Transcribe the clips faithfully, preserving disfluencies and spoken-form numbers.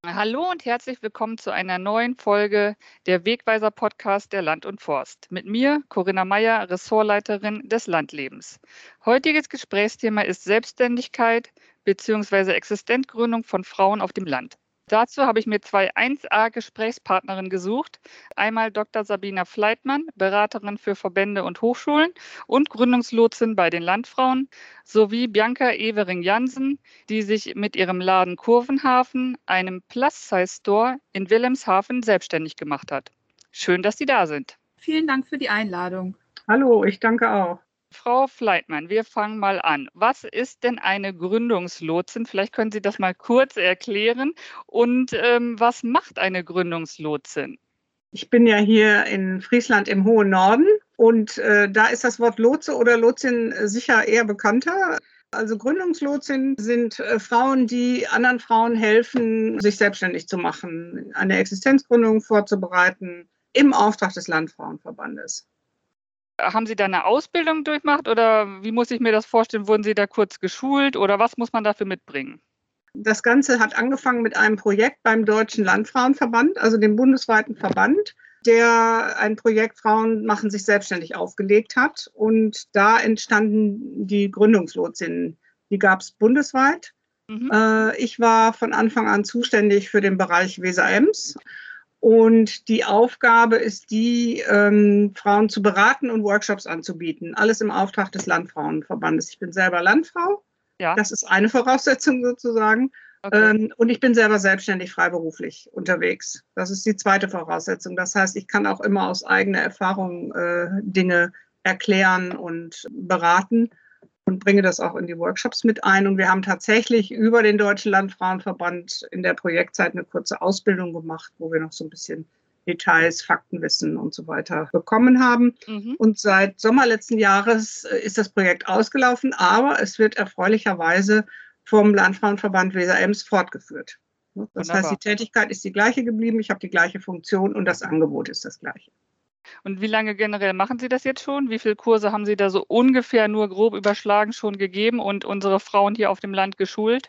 Hallo und herzlich willkommen zu einer neuen Folge der Wegweiser-Podcast der Land und Forst. Mit mir, Corinna Meyer, Ressortleiterin des Landlebens. Heutiges Gesprächsthema ist Selbstständigkeit bzw. Existenzgründung von Frauen auf dem Land. Dazu habe ich mir zwei eins A-Gesprächspartnerinnen gesucht. Einmal Doktor Sabina Fleitmann, Beraterin für Verbände und Hochschulen und Gründungslotsin bei den Landfrauen, sowie Bianca Evering-Jansen, die sich mit ihrem Laden Kurvenhafen, einem Plus-Size-Store in Wilhelmshaven, selbstständig gemacht hat. Schön, dass Sie da sind. Vielen Dank für die Einladung. Hallo, ich danke auch. Frau Fleitmann, wir fangen mal an. Was ist denn eine Gründungslotsin? Vielleicht können Sie das mal kurz erklären. Und ähm, was macht eine Gründungslotsin? Ich bin ja hier in Friesland im hohen Norden und äh, da ist das Wort Lotse oder Lotsin sicher eher bekannter. Also Gründungslotsin sind äh, Frauen, die anderen Frauen helfen, sich selbstständig zu machen, eine Existenzgründung vorzubereiten im Auftrag des Landfrauenverbandes. Haben Sie da eine Ausbildung durchgemacht oder wie muss ich mir das vorstellen? Wurden Sie da kurz geschult oder was muss man dafür mitbringen? Das Ganze hat angefangen mit einem Projekt beim Deutschen Landfrauenverband, also dem bundesweiten Verband, der ein Projekt Frauen machen sich selbstständig aufgelegt hat. Und da entstanden die Gründungslotsinnen. Die gab es bundesweit. Mhm. Äh, ich war von Anfang an zuständig für den Bereich Weser-Ems. Und die Aufgabe ist die, ähm, Frauen zu beraten und Workshops anzubieten. Alles im Auftrag des Landfrauenverbandes. Ich bin selber Landfrau. Ja. Das ist eine Voraussetzung sozusagen. Okay. Ähm, und ich bin selber selbstständig freiberuflich unterwegs. Das ist die zweite Voraussetzung. Das heißt, ich kann auch immer aus eigener Erfahrung äh, Dinge erklären und beraten und bringe das auch in die Workshops mit ein. Und wir haben tatsächlich über den Deutschen Landfrauenverband in der Projektzeit eine kurze Ausbildung gemacht, wo wir noch so ein bisschen Details, Faktenwissen und so weiter bekommen haben. Mhm. Und seit Sommer letzten Jahres ist das Projekt ausgelaufen, aber es wird erfreulicherweise vom Landfrauenverband Weser-Ems fortgeführt. Das Wunderbar. Heißt, die Tätigkeit ist die gleiche geblieben, ich habe die gleiche Funktion und das Angebot ist das gleiche. Und wie lange generell machen Sie das jetzt schon? Wie viele Kurse haben Sie da so ungefähr nur grob überschlagen schon gegeben und unsere Frauen hier auf dem Land geschult?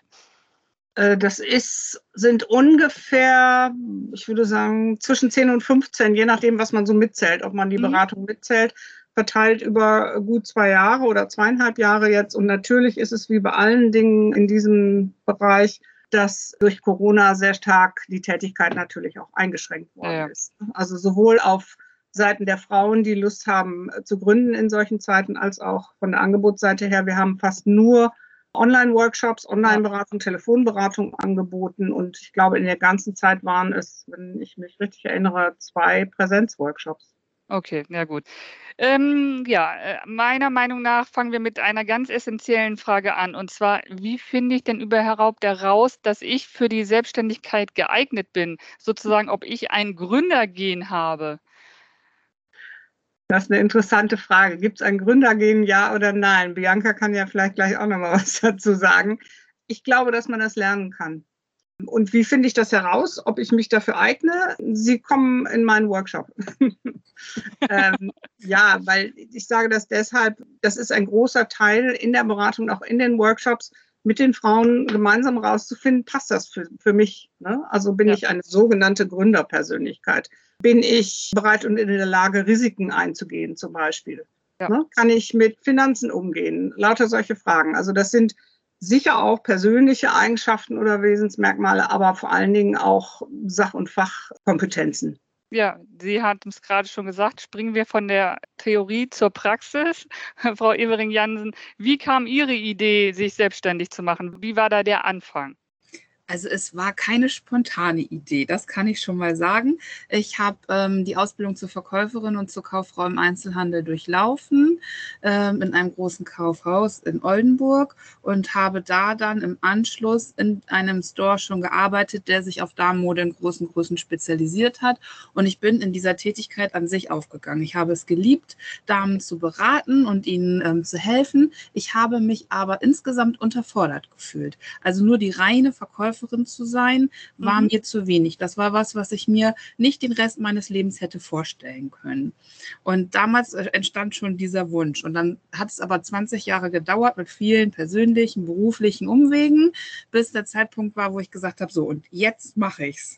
Das ist, sind ungefähr, ich würde sagen, zwischen zehn und fünfzehn, je nachdem, was man so mitzählt, ob man die Beratung mitzählt, verteilt über gut zwei Jahre oder zweieinhalb Jahre jetzt. Und natürlich ist es wie bei allen Dingen in diesem Bereich, dass durch Corona sehr stark die Tätigkeit natürlich auch eingeschränkt worden ja. ist. Also sowohl auf Seiten der Frauen, die Lust haben zu gründen in solchen Zeiten, als auch von der Angebotsseite her. Wir haben fast nur Online-Workshops, Online-Beratung, Telefonberatung angeboten und ich glaube, in der ganzen Zeit waren es, wenn ich mich richtig erinnere, zwei Präsenzworkshops. Okay, ja gut. Ähm, ja, meiner Meinung nach fangen wir mit einer ganz essentiellen Frage an und zwar, wie finde ich denn überhaupt heraus, dass ich für die Selbstständigkeit geeignet bin? Sozusagen, ob ich ein Gründergen habe? Das ist eine interessante Frage. Gibt es ein Gründergen, ja oder nein? Bianca kann ja vielleicht gleich auch noch mal was dazu sagen. Ich glaube, dass man das lernen kann. Und wie finde ich das heraus, ob ich mich dafür eigne? Sie kommen in meinen Workshop. ähm, ja, weil ich sage das deshalb, das ist ein großer Teil in der Beratung, auch in den Workshops, mit den Frauen gemeinsam rauszufinden, passt das für, für mich? Ne? Also bin ja. ich eine sogenannte Gründerpersönlichkeit? Bin ich bereit und in der Lage, Risiken einzugehen zum Beispiel? Ja. Ne? Kann ich mit Finanzen umgehen? Lauter solche Fragen. Also das sind sicher auch persönliche Eigenschaften oder Wesensmerkmale, aber vor allen Dingen auch Sach- und Fachkompetenzen. Ja, Sie hatten es gerade schon gesagt, springen wir von der Theorie zur Praxis. Frau Evering-Jansen, wie kam Ihre Idee, sich selbstständig zu machen? Wie war da der Anfang? Also es war keine spontane Idee, das kann ich schon mal sagen. Ich habe ähm, die Ausbildung zur Verkäuferin und zur Kauffrau im Einzelhandel durchlaufen, ähm, in einem großen Kaufhaus in Oldenburg und habe da dann im Anschluss in einem Store schon gearbeitet, der sich auf Damenmode in großen Größen spezialisiert hat. Und ich bin in dieser Tätigkeit an sich aufgegangen. Ich habe es geliebt, Damen zu beraten und ihnen ähm, zu helfen. Ich habe mich aber insgesamt unterfordert gefühlt. Also nur die reine Verkäuferin Verkäuferin zu sein, war Mhm. mir zu wenig. Das war was, was ich mir nicht den Rest meines Lebens hätte vorstellen können. Und damals äh, entstand schon dieser Wunsch. Und dann hat es aber zwanzig Jahre gedauert mit vielen persönlichen, beruflichen Umwegen, bis der Zeitpunkt war, wo ich gesagt habe, so, und jetzt mache ich's.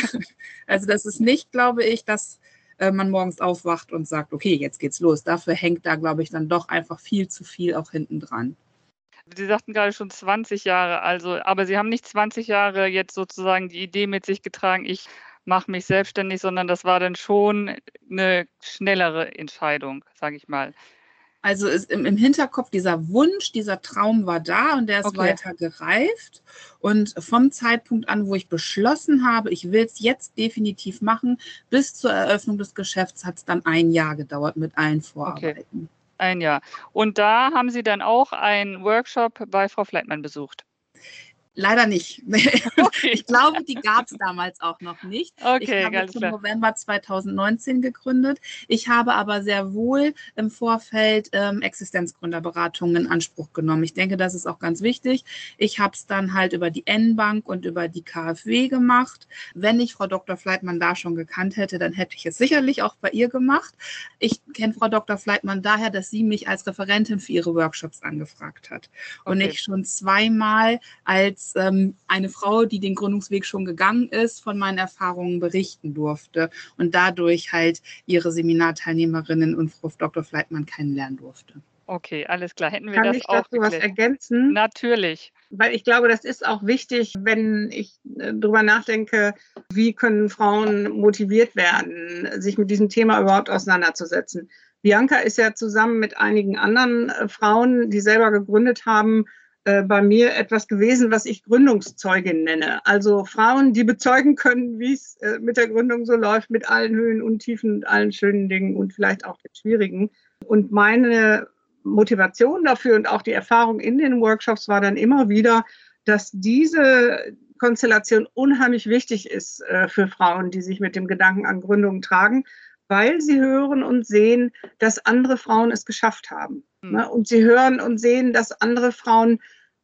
Also das ist nicht, glaube ich, dass äh, man morgens aufwacht und sagt, okay, jetzt geht's los. Dafür hängt da, glaube ich, dann doch einfach viel zu viel auch hinten dran. Sie sagten gerade schon zwanzig Jahre, also, aber Sie haben nicht zwanzig Jahre jetzt sozusagen die Idee mit sich getragen, ich mache mich selbstständig, sondern das war dann schon eine schnellere Entscheidung, sage ich mal. Also ist im, im Hinterkopf dieser Wunsch, dieser Traum war da und der ist Okay. weiter gereift. Und vom Zeitpunkt an, wo ich beschlossen habe, ich will es jetzt definitiv machen, bis zur Eröffnung des Geschäfts hat es dann ein Jahr gedauert mit allen Vorarbeiten. Ein Jahr. Und da haben Sie dann auch einen Workshop bei Frau Fleitmann besucht? Leider nicht. Okay. Ich glaube, die gab es damals auch noch nicht. Ich Okay, habe alles zum klar. November zweitausendneunzehn gegründet. Ich habe aber sehr wohl im Vorfeld ähm, Existenzgründerberatungen in Anspruch genommen. Ich denke, das ist auch ganz wichtig. Ich habe es dann halt über die N-Bank und über die K f W gemacht. Wenn ich Frau Doktor Fleitmann da schon gekannt hätte, dann hätte ich es sicherlich auch bei ihr gemacht. Ich kenne Frau Doktor Fleitmann daher, dass sie mich als Referentin für ihre Workshops angefragt hat. Und Okay. ich schon zweimal als ähm, eine Frau, die den Gründungsweg schon gegangen ist, von meinen Erfahrungen berichten durfte und dadurch halt ihre Seminarteilnehmerinnen und Frau Doktor Fleitmann kennenlernen durfte. Okay, alles klar. Hätten wir Kann das ich auch dazu was geklärt? ergänzen? Natürlich. Weil ich glaube, das ist auch wichtig, wenn ich äh, darüber nachdenke, wie können Frauen motiviert werden, sich mit diesem Thema überhaupt auseinanderzusetzen. Bianca ist ja zusammen mit einigen anderen äh, Frauen, die selber gegründet haben, äh, bei mir etwas gewesen, was ich Gründungszeugin nenne. Also Frauen, die bezeugen können, wie es äh, mit der Gründung so läuft, mit allen Höhen und Tiefen und allen schönen Dingen und vielleicht auch den schwierigen. Und meine Motivation dafür und auch die Erfahrung in den Workshops war dann immer wieder, dass diese Konstellation unheimlich wichtig ist äh, für Frauen, die sich mit dem Gedanken an Gründung tragen, weil sie hören und sehen, dass andere Frauen es geschafft haben. Hm. Ne? Und sie hören und sehen, dass andere Frauen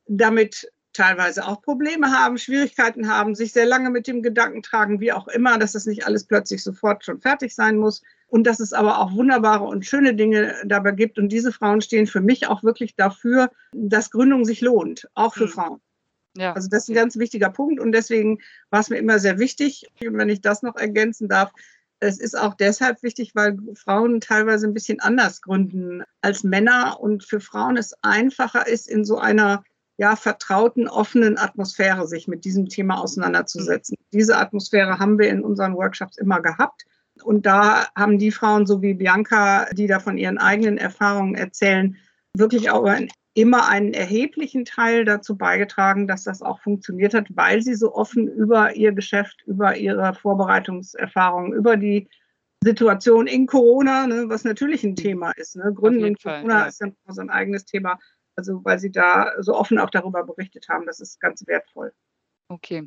damit teilweise auch Probleme haben, Schwierigkeiten haben, sich sehr lange mit dem Gedanken tragen, wie auch immer, dass das nicht alles plötzlich sofort schon fertig sein muss und dass es aber auch wunderbare und schöne Dinge dabei gibt. Und diese Frauen stehen für mich auch wirklich dafür, dass Gründung sich lohnt, auch für Hm. Frauen. Ja. Also das ist ein ganz wichtiger Punkt und deswegen war es mir immer sehr wichtig. Und wenn ich das noch ergänzen darf, es ist auch deshalb wichtig, weil Frauen teilweise ein bisschen anders gründen als Männer und für Frauen es einfacher ist, in so einer ja, vertrauten, offenen Atmosphäre sich mit diesem Thema auseinanderzusetzen. Mhm. Diese Atmosphäre haben wir in unseren Workshops immer gehabt. Und da haben die Frauen, so wie Bianca, die da von ihren eigenen Erfahrungen erzählen, wirklich auch ein, immer einen erheblichen Teil dazu beigetragen, dass das auch funktioniert hat, weil sie so offen über ihr Geschäft, über ihre Vorbereitungserfahrungen, über die Situation in Corona, ne, was natürlich ein Thema ist. Ne? Gründen und Corona Fall, ja. ist ja so ein eigenes Thema. Also weil sie da so offen auch darüber berichtet haben, das ist ganz wertvoll. Okay.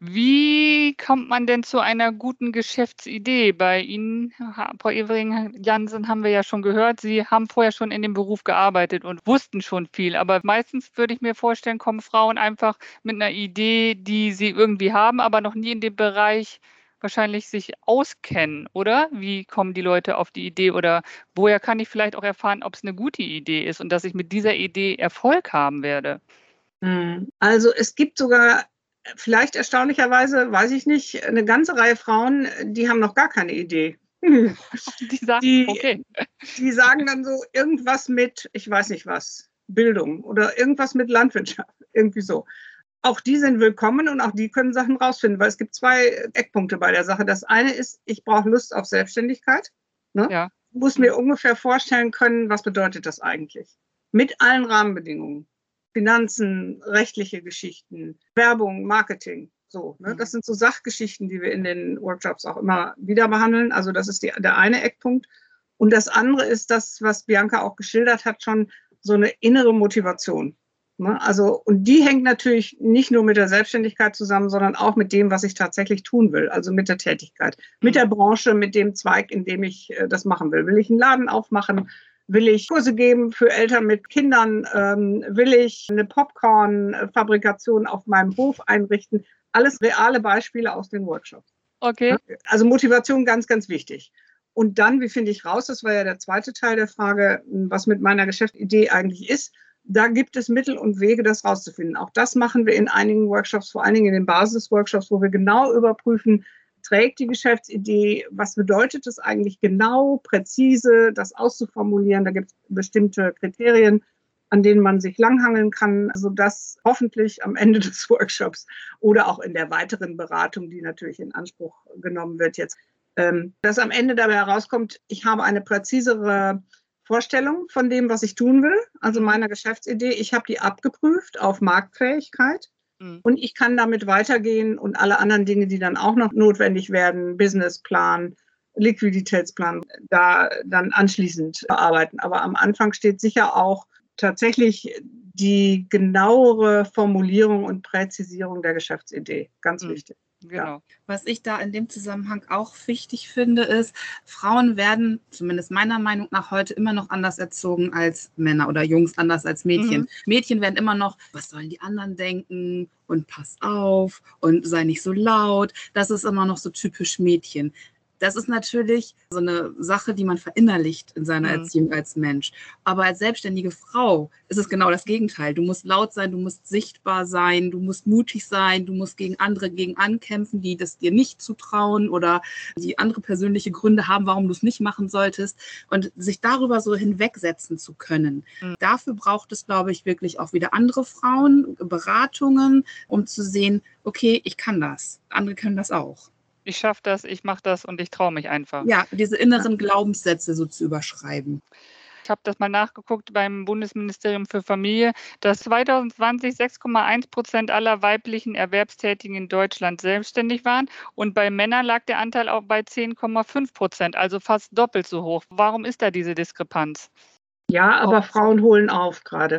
Wie kommt man denn zu einer guten Geschäftsidee? Bei Ihnen, Frau Evering-Jansen, haben wir ja schon gehört, Sie haben vorher schon in dem Beruf gearbeitet und wussten schon viel. Aber meistens würde ich mir vorstellen, kommen Frauen einfach mit einer Idee, die sie irgendwie haben, aber noch nie in dem Bereich wahrscheinlich sich auskennen, oder? Wie kommen die Leute auf die Idee oder woher kann ich vielleicht auch erfahren, ob es eine gute Idee ist und dass ich mit dieser Idee Erfolg haben werde? Also es gibt sogar vielleicht erstaunlicherweise, weiß ich nicht, eine ganze Reihe Frauen, die haben noch gar keine Idee. Die sagen, die, okay. Die sagen dann so irgendwas mit, ich weiß nicht was, Bildung oder irgendwas mit Landwirtschaft, irgendwie so. Auch die sind willkommen und auch die können Sachen rausfinden, weil es gibt zwei Eckpunkte bei der Sache. Das eine ist, ich brauche Lust auf Selbstständigkeit. Ne? Ja. Ich muss mir ungefähr vorstellen können, was bedeutet das eigentlich? Mit allen Rahmenbedingungen. Finanzen, rechtliche Geschichten, Werbung, Marketing. So, ne? Das sind so Sachgeschichten, die wir in den Workshops auch immer wieder behandeln. Also das ist die, der eine Eckpunkt. Und das andere ist das, was Bianca auch geschildert hat, schon so eine innere Motivation. Ne? Also, und die hängt natürlich nicht nur mit der Selbstständigkeit zusammen, sondern auch mit dem, was ich tatsächlich tun will, also mit der Tätigkeit, mit der Branche, mit dem Zweig, in dem ich äh, das machen will. Will ich einen Laden aufmachen? Will ich Kurse geben für Eltern mit Kindern? Ähm, will ich eine Popcorn-Fabrikation auf meinem Hof einrichten? alles reale Beispiele aus den Workshops. Okay. Also Motivation ganz, ganz wichtig. Und dann, wie finde ich raus, das war ja der zweite Teil der Frage, was mit meiner Geschäftsidee eigentlich ist. Da gibt es Mittel und Wege, das rauszufinden. Auch das machen wir in einigen Workshops, vor allen Dingen in den Basisworkshops, wo wir genau überprüfen, trägt die Geschäftsidee, was bedeutet es eigentlich genau, präzise, das auszuformulieren. Da gibt es bestimmte Kriterien, an denen man sich langhangeln kann, sodass hoffentlich am Ende des Workshops oder auch in der weiteren Beratung, die natürlich in Anspruch genommen wird jetzt, dass am Ende dabei herauskommt, ich habe eine präzisere Vorstellung von dem, was ich tun will, also meiner Geschäftsidee. Ich habe die abgeprüft auf Marktfähigkeit mhm. und ich kann damit weitergehen und alle anderen Dinge, die dann auch noch notwendig werden, Businessplan, Liquiditätsplan, da dann anschließend bearbeiten. Aber am Anfang steht sicher auch tatsächlich die genauere Formulierung und Präzisierung der Geschäftsidee. Ganz mhm. wichtig. Genau. Ja. Was ich da in dem Zusammenhang auch wichtig finde, ist, Frauen werden, zumindest meiner Meinung nach, heute immer noch anders erzogen als Männer oder Jungs anders als Mädchen. Mhm. Mädchen werden immer noch, was sollen die anderen denken und pass auf und sei nicht so laut. Das ist immer noch so typisch Mädchen. Das ist natürlich so eine Sache, die man verinnerlicht in seiner mhm. Erziehung als Mensch. Aber als selbstständige Frau ist es genau das Gegenteil. Du musst laut sein, du musst sichtbar sein, du musst mutig sein, du musst gegen andere gegen ankämpfen, die das dir nicht zutrauen oder die andere persönliche Gründe haben, warum du es nicht machen solltest. Und sich darüber so hinwegsetzen zu können. Mhm. Dafür braucht es, glaube ich, wirklich auch wieder andere Frauen, Beratungen, um zu sehen, okay, ich kann das. Andere können das auch. Ich schaffe das, ich mache das und ich traue mich einfach. Ja, diese inneren Glaubenssätze so zu überschreiben. Ich habe das mal nachgeguckt beim Bundesministerium für Familie, dass zwanzig zwanzig sechs Komma eins Prozent aller weiblichen Erwerbstätigen in Deutschland selbstständig waren und bei Männern lag der Anteil auch bei zehn Komma fünf Prozent, also fast doppelt so hoch. Warum ist da diese Diskrepanz? Ja, aber Frauen holen auf gerade.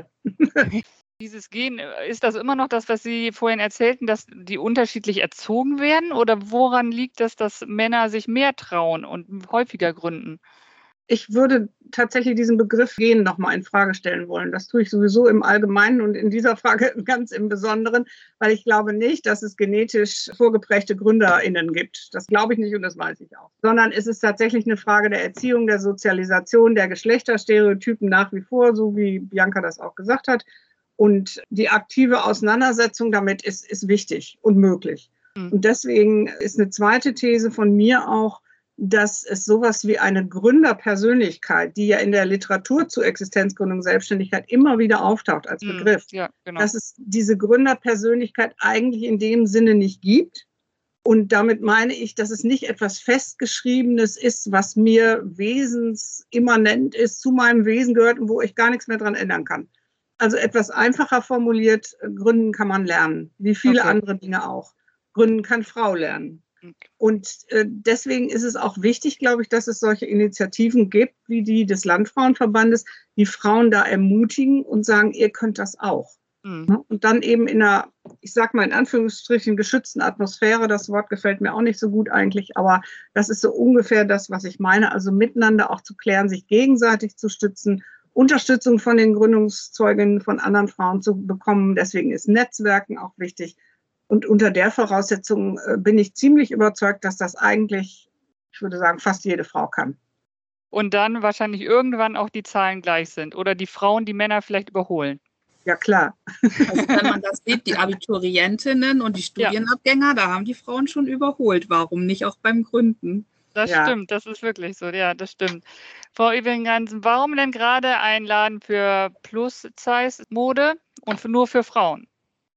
Dieses Gen, ist das immer noch das, was Sie vorhin erzählten, dass die unterschiedlich erzogen werden? Oder woran liegt es, dass Männer sich mehr trauen und häufiger gründen? Ich würde tatsächlich diesen Begriff Gen nochmal in Frage stellen wollen. Das tue ich sowieso im Allgemeinen und in dieser Frage ganz im Besonderen, weil ich glaube nicht, dass es genetisch vorgeprägte GründerInnen gibt. Das glaube ich nicht und das weiß ich auch. Sondern es ist tatsächlich eine Frage der Erziehung, der Sozialisation, der Geschlechterstereotypen nach wie vor, so wie Bianca das auch gesagt hat. Und die aktive Auseinandersetzung damit ist, ist wichtig und möglich. Mhm. Und deswegen ist eine zweite These von mir auch, dass es sowas wie eine Gründerpersönlichkeit, die ja in der Literatur zur Existenzgründung, Selbstständigkeit immer wieder auftaucht als Begriff, mhm. ja, genau. dass es diese Gründerpersönlichkeit eigentlich in dem Sinne nicht gibt. Und damit meine ich, dass es nicht etwas Festgeschriebenes ist, was mir wesensimmanent ist, zu meinem Wesen gehört und wo ich gar nichts mehr dran ändern kann. Also etwas einfacher formuliert, gründen kann man lernen, wie viele okay. andere Dinge auch. Gründen kann Frau lernen. Okay. Und äh, deswegen ist es auch wichtig, glaube ich, dass es solche Initiativen gibt, wie die des Landfrauenverbandes, die Frauen da ermutigen und sagen, ihr könnt das auch. Mhm. Und dann eben in einer, ich sage mal in Anführungsstrichen, geschützten Atmosphäre, das Wort gefällt mir auch nicht so gut eigentlich, aber das ist so ungefähr das, was ich meine, also miteinander auch zu klären, sich gegenseitig zu stützen, Unterstützung von den Gründungszeuginnen von anderen Frauen zu bekommen. Deswegen ist Netzwerken auch wichtig. Und unter der Voraussetzung äh, bin ich ziemlich überzeugt, dass das eigentlich, ich würde sagen, fast jede Frau kann. Und dann wahrscheinlich irgendwann auch die Zahlen gleich sind oder die Frauen die Männer vielleicht überholen. Ja, klar. Also wenn man das sieht, die Abiturientinnen und die Studienabgänger, ja. da haben die Frauen schon überholt. Warum nicht auch beim Gründen? Das ja. stimmt, das ist wirklich so, ja, das stimmt. Frau Evengansen, warum denn gerade ein Laden für Plus-Size-Mode und für, nur für Frauen?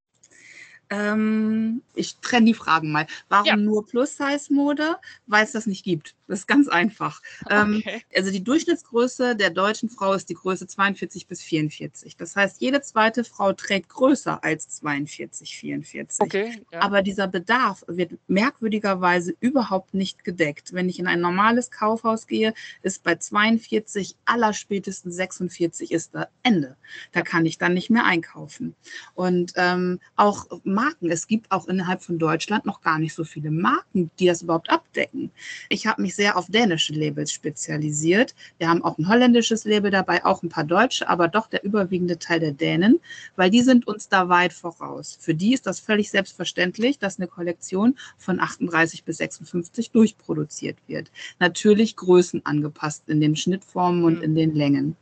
Ähm, ich trenne die Fragen mal. Warum ja. nur Plus-Size-Mode? Weil es das nicht gibt. Das ist ganz einfach. Okay. Ähm, also die Durchschnittsgröße der deutschen Frau ist die Größe zweiundvierzig bis vierundvierzig. Das heißt, jede zweite Frau trägt größer als zweiundvierzig, vierundvierzig. Okay, ja. Aber dieser Bedarf wird merkwürdigerweise überhaupt nicht gedeckt. Wenn ich in ein normales Kaufhaus gehe, ist bei zweiundvierzig, allerspätestens sechsundvierzig ist da Ende. Da kann ich dann nicht mehr einkaufen. Und ähm, auch Marken. Es gibt auch innerhalb von Deutschland noch gar nicht so viele Marken, die das überhaupt abdecken. Ich habe mich sehr auf dänische Labels spezialisiert. Wir haben auch ein holländisches Label dabei, auch ein paar deutsche, aber doch der überwiegende Teil der Dänen, weil die sind uns da weit voraus. Für die ist das völlig selbstverständlich, dass eine Kollektion von achtunddreißig bis sechsundfünfzig durchproduziert wird. Natürlich Größen angepasst in den Schnittformen und in den Längen.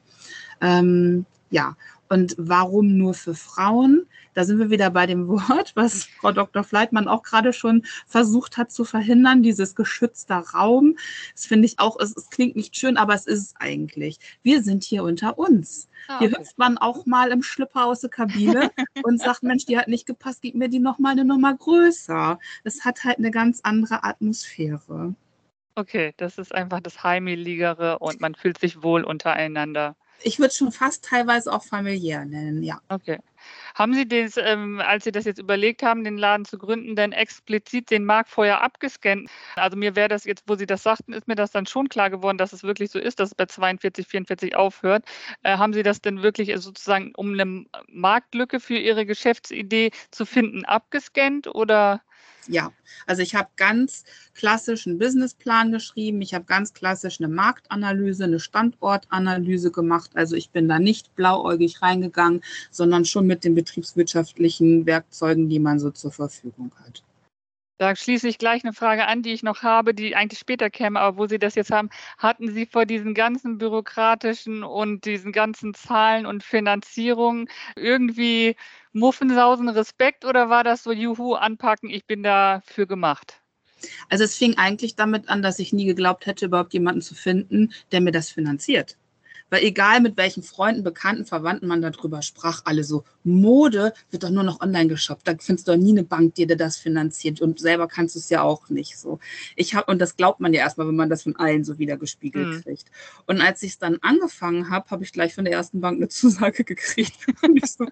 Ähm, ja, und warum nur für Frauen? Da sind wir wieder bei dem Wort, was Frau Doktor Fleitmann auch gerade schon versucht hat zu verhindern, dieses geschützter Raum. Das finde ich auch, es, es klingt nicht schön, aber es ist es eigentlich. Wir sind hier unter uns. Ah, Hier okay. hüpft man auch mal im Schlüpper aus der Kabine und sagt, Mensch, die hat nicht gepasst, gib mir die nochmal eine Nummer größer. Das hat halt eine ganz andere Atmosphäre. Okay, das ist einfach das Heimeligere und man fühlt sich wohl untereinander. Ich würde es schon fast teilweise auch familiär nennen, ja. Okay. Haben Sie das, ähm, als Sie das jetzt überlegt haben, den Laden zu gründen, denn explizit den Markt vorher abgescannt? Also mir wäre das jetzt, wo Sie das sagten, ist mir das dann schon klar geworden, dass es wirklich so ist, dass es bei zweiundvierzig, vierundvierzig aufhört. Äh, haben Sie das denn wirklich sozusagen, um eine Marktlücke für Ihre Geschäftsidee zu finden, abgescannt oder? Ja, also ich habe ganz klassisch einen Businessplan geschrieben. Ich habe ganz klassisch eine Marktanalyse, eine Standortanalyse gemacht. Also ich bin da nicht blauäugig reingegangen, sondern schon mit den betriebswirtschaftlichen Werkzeugen, die man so zur Verfügung hat. Da schließe ich gleich eine Frage an, die ich noch habe, die eigentlich später käme, aber wo Sie das jetzt haben. Hatten Sie vor diesen ganzen bürokratischen und diesen ganzen Zahlen und Finanzierungen irgendwie Muffensausen Respekt oder war das so, juhu, anpacken, ich bin dafür gemacht? Also es fing eigentlich damit an, dass ich nie geglaubt hätte, überhaupt jemanden zu finden, der mir das finanziert. Weil egal mit welchen Freunden, Bekannten, Verwandten man darüber sprach, alle so, Mode wird doch nur noch online geshoppt. Da findest du doch nie eine Bank, die dir das finanziert. Und selber kannst du es ja auch nicht so. Ich habe, und das glaubt man ja erstmal, wenn man das von allen so wieder gespiegelt Hm. kriegt. Und als ich es dann angefangen habe, habe ich gleich von der ersten Bank eine Zusage gekriegt. Und ich so,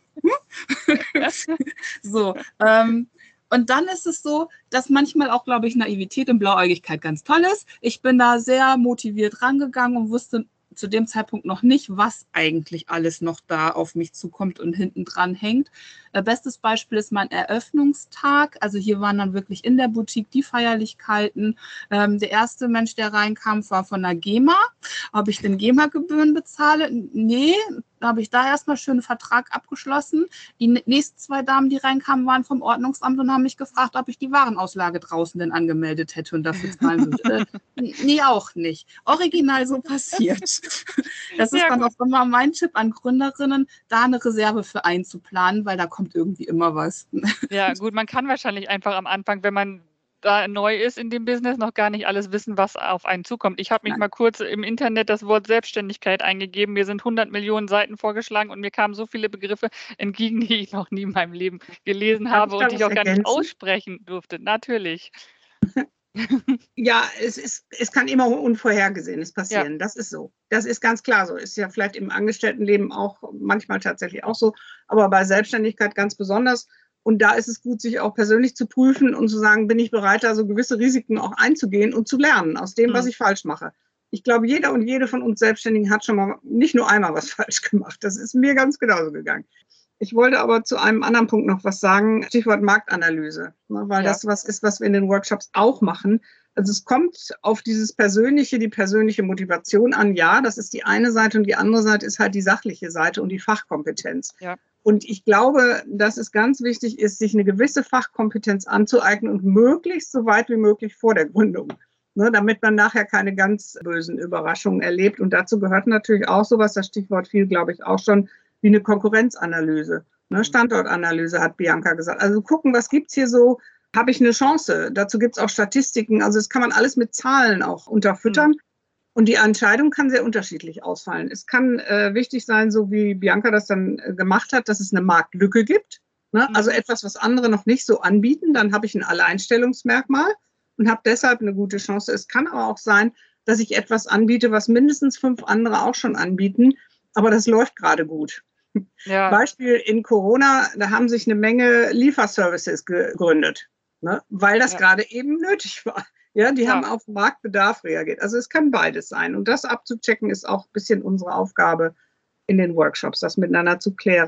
hm? so, ähm, und dann ist es so, dass manchmal auch, glaube ich, Naivität und Blauäugigkeit ganz toll ist. Ich bin da sehr motiviert rangegangen und wusste zu dem Zeitpunkt noch nicht, was eigentlich alles noch da auf mich zukommt und hinten dran hängt. Äh, bestes Beispiel ist mein Eröffnungstag. Also hier waren dann wirklich in der Boutique die Feierlichkeiten. Ähm, der erste Mensch, der reinkam, war von der GEMA. Ob ich den GEMA-Gebühren bezahle? Nee, da habe ich da erstmal schön einen Vertrag abgeschlossen. Die nächsten zwei Damen, die reinkamen, waren vom Ordnungsamt und haben mich gefragt, ob ich die Warenauslage draußen denn angemeldet hätte und dafür zahlen würde. äh, nee, auch nicht. Original so passiert. Das ist Ja, dann gut. auch immer mein Tipp an Gründerinnen, da eine Reserve für einzuplanen, weil da kommt irgendwie immer was. Ja, gut, man kann wahrscheinlich einfach am Anfang, wenn man da neu ist in dem Business, noch gar nicht alles wissen, was auf einen zukommt. Ich habe mich Nein. mal kurz im Internet das Wort Selbstständigkeit eingegeben. Mir sind hundert Millionen Seiten vorgeschlagen und mir kamen so viele Begriffe entgegen, die ich noch nie in meinem Leben gelesen Darf habe ich da und die ich was auch gar nicht ergänzen? aussprechen durfte. Natürlich. Ja, es ist, es kann immer Unvorhergesehenes Ja, passieren. Das ist so. Das ist ganz klar so. Ist ja vielleicht im Angestelltenleben auch manchmal tatsächlich auch so, aber bei Selbstständigkeit ganz besonders. Und da ist es gut, sich auch persönlich zu prüfen und zu sagen, bin ich bereit, da so gewisse Risiken auch einzugehen und zu lernen aus dem, was hm. ich falsch mache. Ich glaube, jeder und jede von uns Selbstständigen hat schon mal nicht nur einmal was falsch gemacht. Das ist mir ganz genauso gegangen. Ich wollte aber zu einem anderen Punkt noch was sagen, Stichwort Marktanalyse, ne, weil Ja, das was ist, was wir in den Workshops auch machen. Also es kommt auf dieses Persönliche, die persönliche Motivation an, ja, das ist die eine Seite und die andere Seite ist halt die sachliche Seite und die Fachkompetenz. ja. Und ich glaube, dass es ganz wichtig ist, sich eine gewisse Fachkompetenz anzueignen und möglichst so weit wie möglich vor der Gründung, ne, damit man nachher keine ganz bösen Überraschungen erlebt. Und dazu gehört natürlich auch sowas, das Stichwort fiel, glaube ich, auch schon, wie eine Konkurrenzanalyse. Ne, Standortanalyse hat Bianca gesagt. Also gucken, was gibt es hier so? Habe ich eine Chance? Dazu gibt es auch Statistiken. Also das kann man alles mit Zahlen auch unterfüttern. Hm. Und die Entscheidung kann sehr unterschiedlich ausfallen. Es kann äh, wichtig sein, so wie Bianca das dann äh, gemacht hat, dass es eine Marktlücke gibt. Ne? Also Mhm. etwas, was andere noch nicht so anbieten. Dann habe ich ein Alleinstellungsmerkmal und habe deshalb eine gute Chance. Es kann aber auch sein, dass ich etwas anbiete, was mindestens fünf andere auch schon anbieten. Aber das läuft gerade gut. Ja, Beispiel in Corona, da haben sich eine Menge Lieferservices gegründet, ne? Weil das ja, gerade eben nötig war. Ja, die haben klar. auf Marktbedarf reagiert. Also es kann beides sein. Und das abzuchecken ist auch ein bisschen unsere Aufgabe in den Workshops, das miteinander zu klären.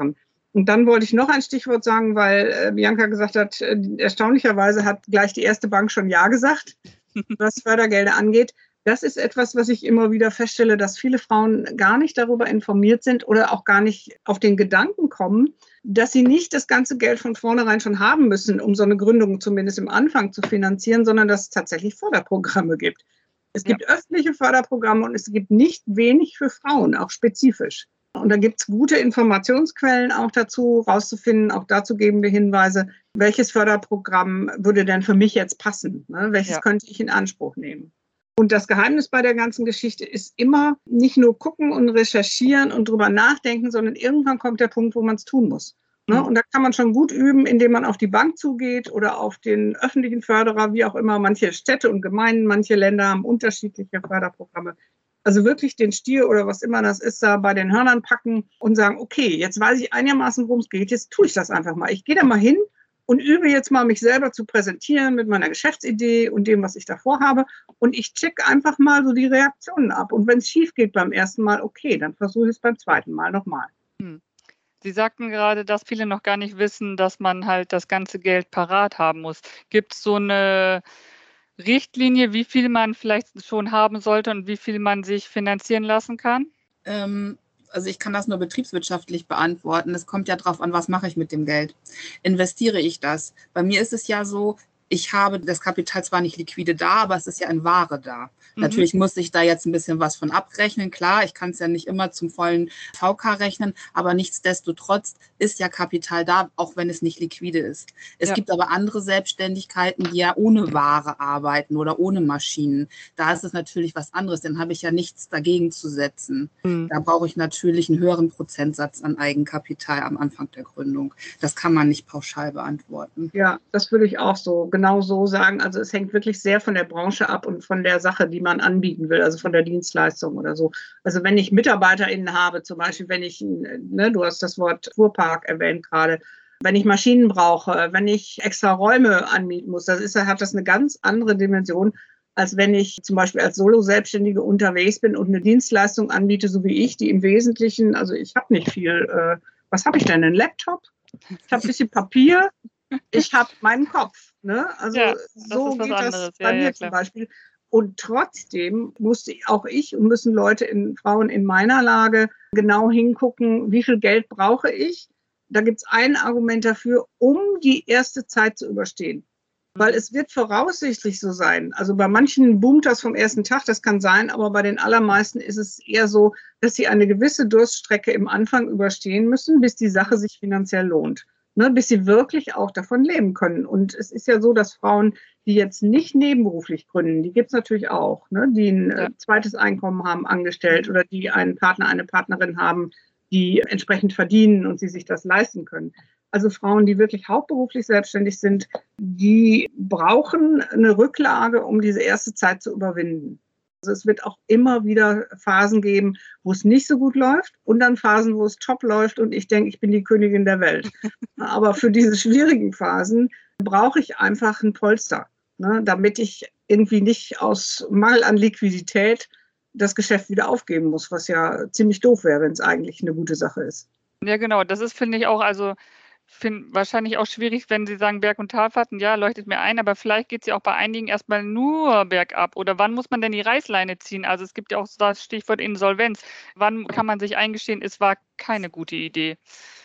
Und dann wollte ich noch ein Stichwort sagen, weil äh, Bianca gesagt hat, äh, erstaunlicherweise hat gleich die erste Bank schon Ja gesagt, was Fördergelder angeht. Das ist etwas, was ich immer wieder feststelle, dass viele Frauen gar nicht darüber informiert sind oder auch gar nicht auf den Gedanken kommen, dass sie nicht das ganze Geld von vornherein schon haben müssen, um so eine Gründung zumindest im Anfang zu finanzieren, sondern dass es tatsächlich Förderprogramme gibt. Es gibt ja. öffentliche Förderprogramme und es gibt nicht wenig für Frauen, auch spezifisch. Und da gibt es gute Informationsquellen auch dazu, rauszufinden. Auch dazu geben wir Hinweise, welches Förderprogramm würde denn für mich jetzt passen? Ne? Welches ja. könnte ich in Anspruch nehmen? Und das Geheimnis bei der ganzen Geschichte ist immer nicht nur gucken und recherchieren und drüber nachdenken, sondern irgendwann kommt der Punkt, wo man es tun muss. Ne? Und da kann man schon gut üben, indem man auf die Bank zugeht oder auf den öffentlichen Förderer, wie auch immer. Manche Städte und Gemeinden, manche Länder haben unterschiedliche Förderprogramme. Also wirklich den Stier oder was immer das ist, da bei den Hörnern packen und sagen, okay, jetzt weiß ich einigermaßen, worum es geht, jetzt tue ich das einfach mal. Ich gehe da mal hin und übe jetzt mal, mich selber zu präsentieren mit meiner Geschäftsidee und dem, was ich davor habe. Und ich checke einfach mal so die Reaktionen ab. Und wenn es schief geht beim ersten Mal, okay, dann versuche ich es beim zweiten Mal nochmal. Hm. Sie sagten gerade, dass viele noch gar nicht wissen, dass man halt das ganze Geld parat haben muss. Gibt es so eine Richtlinie, wie viel man vielleicht schon haben sollte und wie viel man sich finanzieren lassen kann? Ähm, also ich kann das nur betriebswirtschaftlich beantworten. Es kommt ja drauf an, was mache ich mit dem Geld? Investiere ich das? Bei mir ist es ja so, ich habe das Kapital zwar nicht liquide da, aber es ist ja in Ware da. Mhm. Natürlich muss ich da jetzt ein bisschen was von abrechnen. Klar, ich kann es ja nicht immer zum vollen V K rechnen, aber nichtsdestotrotz ist ja Kapital da, auch wenn es nicht liquide ist. Es ja. gibt aber andere Selbstständigkeiten, die ja ohne Ware arbeiten oder ohne Maschinen. Da ist es natürlich was anderes, dann habe ich ja nichts dagegen zu setzen. Mhm. Da brauche ich natürlich einen höheren Prozentsatz an Eigenkapital am Anfang der Gründung. Das kann man nicht pauschal beantworten. Ja, das würde ich auch so genau so sagen. Also es hängt wirklich sehr von der Branche ab und von der Sache, die man anbieten will, also von der Dienstleistung oder so. Also wenn ich MitarbeiterInnen habe, zum Beispiel, wenn ich, ne, du hast das Wort Fuhrpark erwähnt gerade, wenn ich Maschinen brauche, wenn ich extra Räume anmieten muss, das ist, hat das eine ganz andere Dimension, als wenn ich zum Beispiel als Solo-Selbstständige unterwegs bin und eine Dienstleistung anbiete, so wie ich, die im Wesentlichen, also ich habe nicht viel, äh, was habe ich denn, einen Laptop? Ich habe ein bisschen Papier, ich habe meinen Kopf. Ne? Also ja, so geht das anderes. bei ja, mir ja, zum Beispiel. Und trotzdem musste auch ich und müssen Leute, in, Frauen in meiner Lage genau hingucken, wie viel Geld brauche ich. Da gibt es ein Argument dafür, um die erste Zeit zu überstehen. Weil es wird voraussichtlich so sein. Also bei manchen boomt das vom ersten Tag, das kann sein, aber bei den allermeisten ist es eher so, dass sie eine gewisse Durststrecke im Anfang überstehen müssen, bis die Sache sich finanziell lohnt. Ne, bis sie wirklich auch davon leben können. Und es ist ja so, dass Frauen, die jetzt nicht nebenberuflich gründen, die gibt es natürlich auch, ne, die ein ja. zweites Einkommen haben angestellt oder die einen Partner, eine Partnerin haben, die entsprechend verdienen und sie sich das leisten können. Also Frauen, die wirklich hauptberuflich selbstständig sind, die brauchen eine Rücklage, um diese erste Zeit zu überwinden. Also es wird auch immer wieder Phasen geben, wo es nicht so gut läuft und dann Phasen, wo es top läuft und ich denke, ich bin die Königin der Welt. Aber für diese schwierigen Phasen brauche ich einfach ein Polster, ne, damit ich irgendwie nicht aus Mangel an Liquidität das Geschäft wieder aufgeben muss, was ja ziemlich doof wäre, wenn es eigentlich eine gute Sache ist. Ja, genau. Das ist, finde ich, auch, also finde wahrscheinlich auch schwierig, wenn Sie sagen Berg- und Talfahrten, ja, leuchtet mir ein, aber vielleicht geht es ja auch bei einigen erstmal nur bergab. Oder wann muss man denn die Reißleine ziehen? Also es gibt ja auch das Stichwort Insolvenz. Wann kann man sich eingestehen, es war keine gute Idee?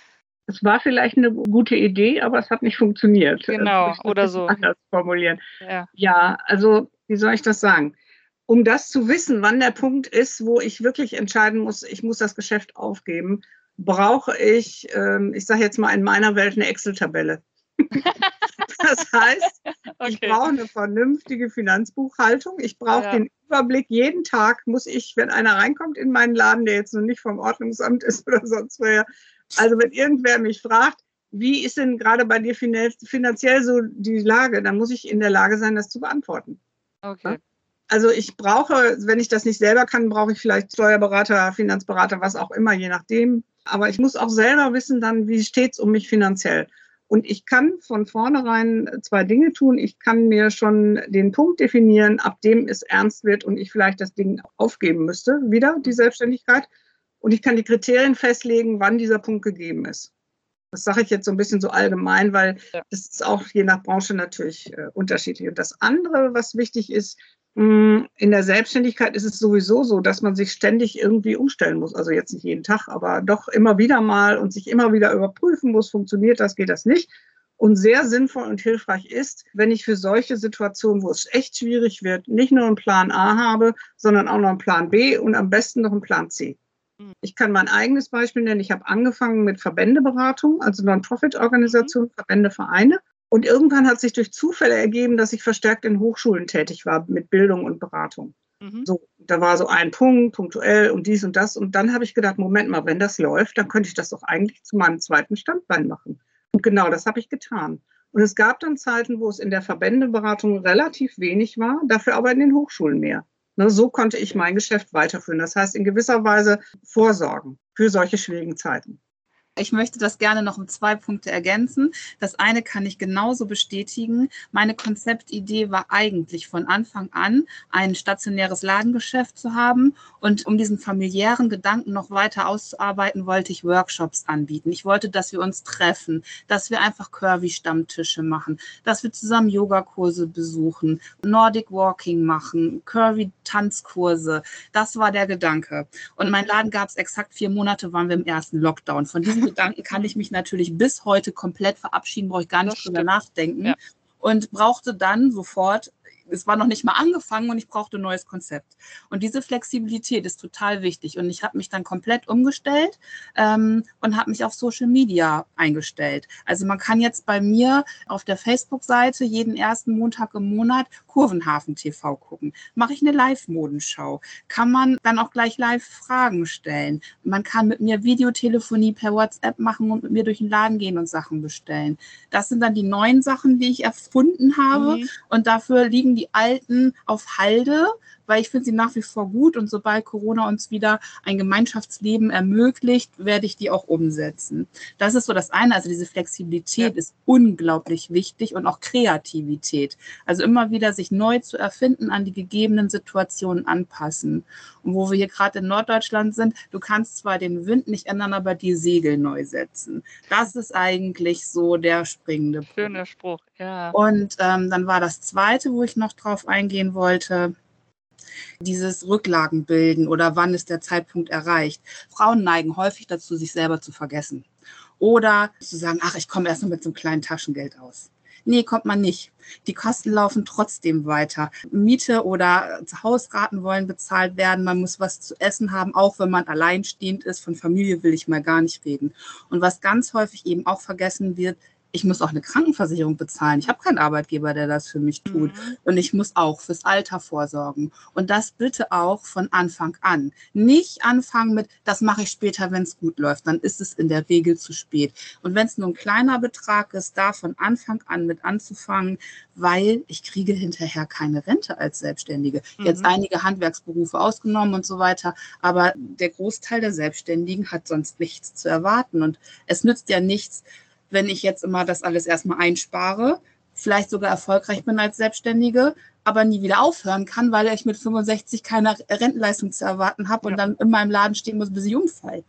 Es war vielleicht eine gute Idee, aber es hat nicht funktioniert. Genau, oder so. Anders formulieren. Ja. ja, also wie soll ich das sagen? Um das zu wissen, wann der Punkt ist, wo ich wirklich entscheiden muss, ich muss das Geschäft aufgeben, brauche ich, ähm, ich sage jetzt mal in meiner Welt, eine Excel-Tabelle. Das heißt, okay. ich brauche eine vernünftige Finanzbuchhaltung. Ich brauche ja. den Überblick. Jeden Tag muss ich, wenn einer reinkommt in meinen Laden, der jetzt noch nicht vom Ordnungsamt ist oder sonst woher, also wenn irgendwer mich fragt, wie ist denn gerade bei dir finanziell so die Lage, dann muss ich in der Lage sein, das zu beantworten. Okay. Ja? Also ich brauche, wenn ich das nicht selber kann, brauche ich vielleicht Steuerberater, Finanzberater, was auch immer, je nachdem. Aber ich muss auch selber wissen dann, wie steht es um mich finanziell. Und ich kann von vornherein zwei Dinge tun. Ich kann mir schon den Punkt definieren, ab dem es ernst wird und ich vielleicht das Ding aufgeben müsste, wieder die Selbstständigkeit. Und ich kann die Kriterien festlegen, wann dieser Punkt gegeben ist. Das sage ich jetzt so ein bisschen so allgemein, weil Ja. das ist auch je nach Branche natürlich äh, unterschiedlich. Und das andere, was wichtig ist, mh, in der Selbstständigkeit ist es sowieso so, dass man sich ständig irgendwie umstellen muss. Also jetzt nicht jeden Tag, aber doch immer wieder mal und sich immer wieder überprüfen muss, funktioniert das, geht das nicht. Und sehr sinnvoll und hilfreich ist, wenn ich für solche Situationen, wo es echt schwierig wird, nicht nur einen Plan A habe, sondern auch noch einen Plan B und am besten noch einen Plan C. Ich kann mein eigenes Beispiel nennen. Ich habe angefangen mit Verbändeberatung, also Non-Profit-Organisationen, Verbände, Vereine. Und irgendwann hat sich durch Zufälle ergeben, dass ich verstärkt in Hochschulen tätig war mit Bildung und Beratung. Mhm. So, da war so ein Punkt, punktuell und dies und das. Und dann habe ich gedacht, Moment mal, wenn das läuft, dann könnte ich das doch eigentlich zu meinem zweiten Standbein machen. Und genau das habe ich getan. Und es gab dann Zeiten, wo es in der Verbändeberatung relativ wenig war, dafür aber in den Hochschulen mehr. Ne, so konnte ich mein Geschäft weiterführen. Das heißt, in gewisser Weise vorsorgen für solche schwierigen Zeiten. Ich möchte das gerne noch um zwei Punkte ergänzen. Das eine kann ich genauso bestätigen. Meine Konzeptidee war eigentlich von Anfang an, ein stationäres Ladengeschäft zu haben. Und um diesen familiären Gedanken noch weiter auszuarbeiten, wollte ich Workshops anbieten. Ich wollte, dass wir uns treffen, dass wir einfach Curvy-Stammtische machen, dass wir zusammen Yogakurse besuchen, Nordic Walking machen, Curvy-Tanzkurse. Das war der Gedanke. Und mein Laden gab es exakt vier Monate, waren wir im ersten Lockdown. Von diesem Gedanken kann ich mich natürlich bis heute komplett verabschieden, brauche ich gar nicht drüber nachdenken. Ja. Und brauchte dann sofort, es war noch nicht mal angefangen und ich brauchte ein neues Konzept. Und diese Flexibilität ist total wichtig. Und ich habe mich dann komplett umgestellt ähm, und habe mich auf Social Media eingestellt. Also man kann jetzt bei mir auf der Facebook-Seite jeden ersten Montag im Monat Kurvenhafen T V gucken. Mache ich eine Live-Modenschau. Kann man dann auch gleich Live-Fragen stellen. Man kann mit mir Videotelefonie per WhatsApp machen und mit mir durch den Laden gehen und Sachen bestellen. Das sind dann die neuen Sachen, die ich erfunden habe. Mhm. Und dafür liegen die alten auf Halde, weil ich finde sie nach wie vor gut. Und sobald Corona uns wieder ein Gemeinschaftsleben ermöglicht, werde ich die auch umsetzen. Das ist so das eine. Also diese Flexibilität Ja. ist unglaublich wichtig und auch Kreativität. Also immer wieder sich neu zu erfinden, an die gegebenen Situationen anpassen. Und wo wir hier gerade in Norddeutschland sind, du kannst zwar den Wind nicht ändern, aber die Segel neu setzen. Das ist eigentlich so der springende Punkt. Schöner Spruch, ja. Und ähm, dann war das Zweite, wo ich noch drauf eingehen wollte, dieses Rücklagenbilden oder wann ist der Zeitpunkt erreicht. Frauen neigen häufig dazu, sich selber zu vergessen. Oder zu sagen, ach, ich komme erst noch mit so einem kleinen Taschengeld aus. Nee, kommt man nicht. Die Kosten laufen trotzdem weiter. Miete oder Hausraten wollen bezahlt werden. Man muss was zu essen haben, auch wenn man alleinstehend ist. Von Familie will ich mal gar nicht reden. Und was ganz häufig eben auch vergessen wird, ich muss auch eine Krankenversicherung bezahlen. Ich habe keinen Arbeitgeber, der das für mich tut. Mhm. Und ich muss auch fürs Alter vorsorgen. Und das bitte auch von Anfang an. Nicht anfangen mit, das mache ich später, wenn es gut läuft. Dann ist es in der Regel zu spät. Und wenn es nur ein kleiner Betrag ist, da von Anfang an mit anzufangen, weil ich kriege hinterher keine Rente als Selbstständige. Mhm. Jetzt einige Handwerksberufe ausgenommen und so weiter. Aber der Großteil der Selbstständigen hat sonst nichts zu erwarten. Und es nützt ja nichts, wenn ich jetzt immer das alles erstmal einspare, vielleicht sogar erfolgreich bin als Selbstständige, aber nie wieder aufhören kann, weil ich mit fünfundsechzig keine Rentenleistung zu erwarten habe und Ja. dann in meinem Laden stehen muss, bis ich umfalle.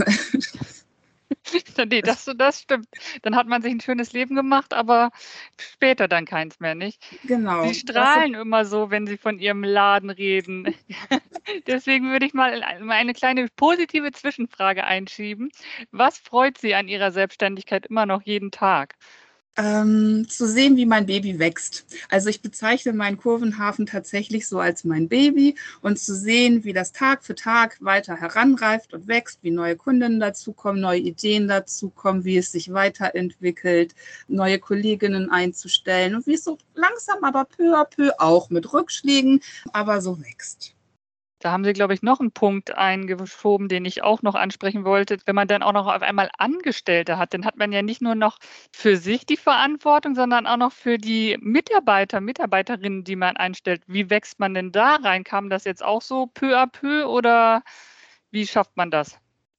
Nee, das, das stimmt. Dann hat man sich ein schönes Leben gemacht, aber später dann keins mehr, nicht? Genau. Sie strahlen immer so, wenn Sie von Ihrem Laden reden. Deswegen würde ich mal eine kleine positive Zwischenfrage einschieben. Was freut Sie an Ihrer Selbstständigkeit immer noch jeden Tag? Ähm, zu sehen, wie mein Baby wächst. Also ich bezeichne meinen Kurvenhafen tatsächlich so als mein Baby und zu sehen, wie das Tag für Tag weiter heranreift und wächst, wie neue Kundinnen dazukommen, neue Ideen dazukommen, wie es sich weiterentwickelt, neue Kolleginnen einzustellen und wie es so langsam, aber peu à peu auch mit Rückschlägen, aber so wächst. Da haben Sie, glaube ich, noch einen Punkt eingeschoben, den ich auch noch ansprechen wollte. Wenn man dann auch noch auf einmal Angestellte hat, dann hat man ja nicht nur noch für sich die Verantwortung, sondern auch noch für die Mitarbeiter, Mitarbeiterinnen, die man einstellt. Wie wächst man denn da rein? Kam das jetzt auch so peu à peu oder wie schafft man das?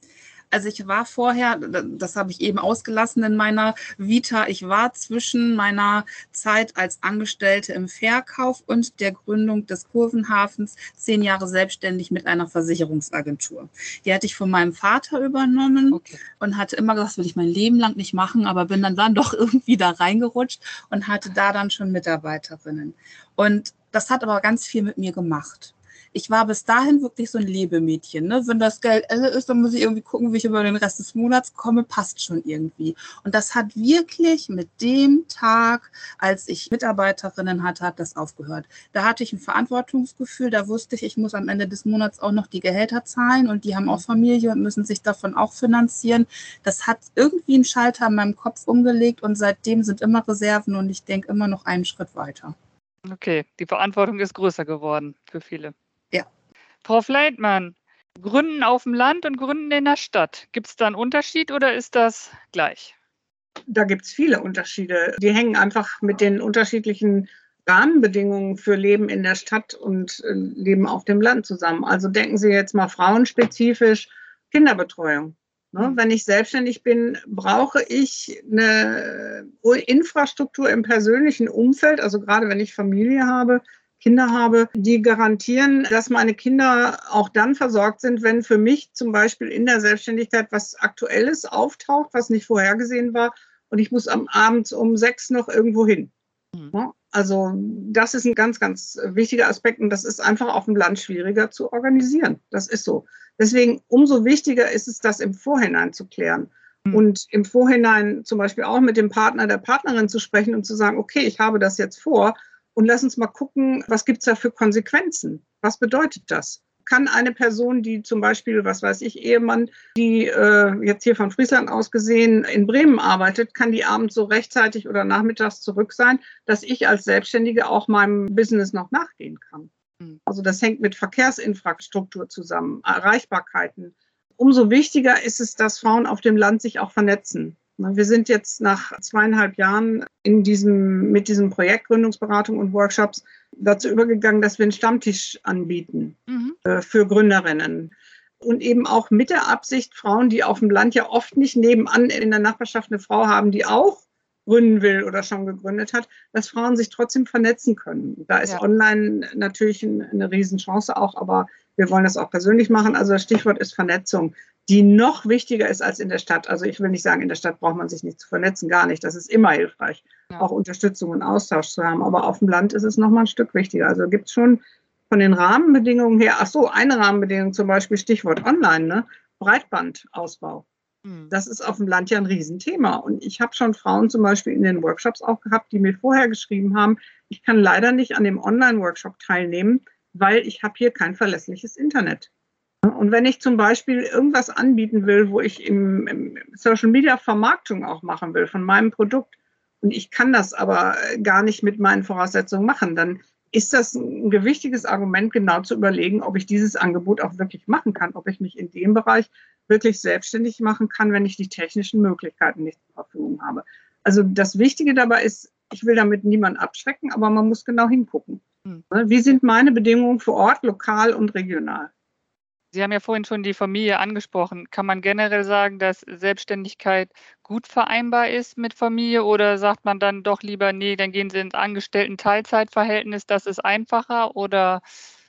Also ich war vorher, das habe ich eben ausgelassen in meiner Vita, ich war zwischen meiner Zeit als Angestellte im Verkauf und der Gründung des Kurvenhafens zehn Jahre selbstständig mit einer Versicherungsagentur. Die hatte ich von meinem Vater übernommen okay. und hatte immer gesagt, das will ich mein Leben lang nicht machen, aber bin dann, dann doch irgendwie da reingerutscht und hatte da dann schon Mitarbeiterinnen. Und das hat aber ganz viel mit mir gemacht. Ich war bis dahin wirklich so ein Lebemädchen. Ne? Wenn das Geld ist, dann muss ich irgendwie gucken, wie ich über den Rest des Monats komme, passt schon irgendwie. Und das hat wirklich mit dem Tag, als ich Mitarbeiterinnen hatte, hat das aufgehört. Da hatte ich ein Verantwortungsgefühl, da wusste ich, ich muss am Ende des Monats auch noch die Gehälter zahlen und die haben auch Familie und müssen sich davon auch finanzieren. Das hat irgendwie einen Schalter in meinem Kopf umgelegt und seitdem sind immer Reserven und ich denke immer noch einen Schritt weiter. Okay, die Verantwortung ist größer geworden für viele. Ja. Frau Fleitmann, Gründen auf dem Land und Gründen in der Stadt. Gibt es da einen Unterschied oder ist das gleich? Da gibt es viele Unterschiede. Die hängen einfach mit den unterschiedlichen Rahmenbedingungen für Leben in der Stadt und äh, Leben auf dem Land zusammen. Also denken Sie jetzt mal frauenspezifisch Kinderbetreuung. Ne? Wenn ich selbstständig bin, brauche ich eine Infrastruktur im persönlichen Umfeld, also gerade wenn ich Familie habe, Kinder habe, die garantieren, dass meine Kinder auch dann versorgt sind, wenn für mich zum Beispiel in der Selbstständigkeit was Aktuelles auftaucht, was nicht vorhergesehen war und ich muss am Abend um sechs noch irgendwo hin. Mhm. Also das ist ein ganz, ganz wichtiger Aspekt und das ist einfach auf dem Land schwieriger zu organisieren. Das ist so. Deswegen umso wichtiger ist es, das im Vorhinein zu klären. Mhm. Und im Vorhinein zum Beispiel auch mit dem Partner, der Partnerin zu sprechen und zu sagen, okay, ich habe das jetzt vor. Und lass uns mal gucken, was gibt es da für Konsequenzen? Was bedeutet das? Kann eine Person, die zum Beispiel, was weiß ich, Ehemann, die äh, jetzt hier von Friesland aus gesehen in Bremen arbeitet, kann die abends so rechtzeitig oder nachmittags zurück sein, dass ich als Selbstständige auch meinem Business noch nachgehen kann? Also das hängt mit Verkehrsinfrastruktur zusammen, Erreichbarkeiten. Umso wichtiger ist es, dass Frauen auf dem Land sich auch vernetzen. Wir sind jetzt nach zweieinhalb Jahren in diesem, mit diesem Projekt Gründungsberatung und Workshops dazu übergegangen, dass wir einen Stammtisch anbieten mhm. äh, für Gründerinnen. Und eben auch mit der Absicht, Frauen, die auf dem Land ja oft nicht nebenan in der Nachbarschaft eine Frau haben, die auch gründen will oder schon gegründet hat, dass Frauen sich trotzdem vernetzen können. Da ist ja. Online natürlich eine Riesenchance auch, aber wir wollen das auch persönlich machen. Also das Stichwort ist Vernetzung, die noch wichtiger ist als in der Stadt. Also ich will nicht sagen, in der Stadt braucht man sich nicht zu vernetzen, gar nicht. Das ist immer hilfreich, ja. auch Unterstützung und Austausch zu haben. Aber auf dem Land ist es noch mal ein Stück wichtiger. Also gibt es schon von den Rahmenbedingungen her, ach so, eine Rahmenbedingung zum Beispiel, Stichwort Online, ne? Breitbandausbau. Mhm. Das ist auf dem Land ja ein Riesenthema. Und ich habe schon Frauen zum Beispiel in den Workshops auch gehabt, die mir vorher geschrieben haben, ich kann leider nicht an dem Online-Workshop teilnehmen, weil ich habe hier kein verlässliches Internet. Und wenn ich zum Beispiel irgendwas anbieten will, wo ich im, im Social Media Vermarktung auch machen will von meinem Produkt und ich kann das aber gar nicht mit meinen Voraussetzungen machen, dann ist das ein gewichtiges Argument, genau zu überlegen, ob ich dieses Angebot auch wirklich machen kann, ob ich mich in dem Bereich wirklich selbstständig machen kann, wenn ich die technischen Möglichkeiten nicht zur Verfügung habe. Also das Wichtige dabei ist, ich will damit niemanden abschrecken, aber man muss genau hingucken. Hm. Wie sind meine Bedingungen vor Ort, lokal und regional? Sie haben ja vorhin schon die Familie angesprochen. Kann man generell sagen, dass Selbstständigkeit gut vereinbar ist mit Familie oder sagt man dann doch lieber, nee, dann gehen Sie ins Angestellten-Teilzeitverhältnis, das ist einfacher oder?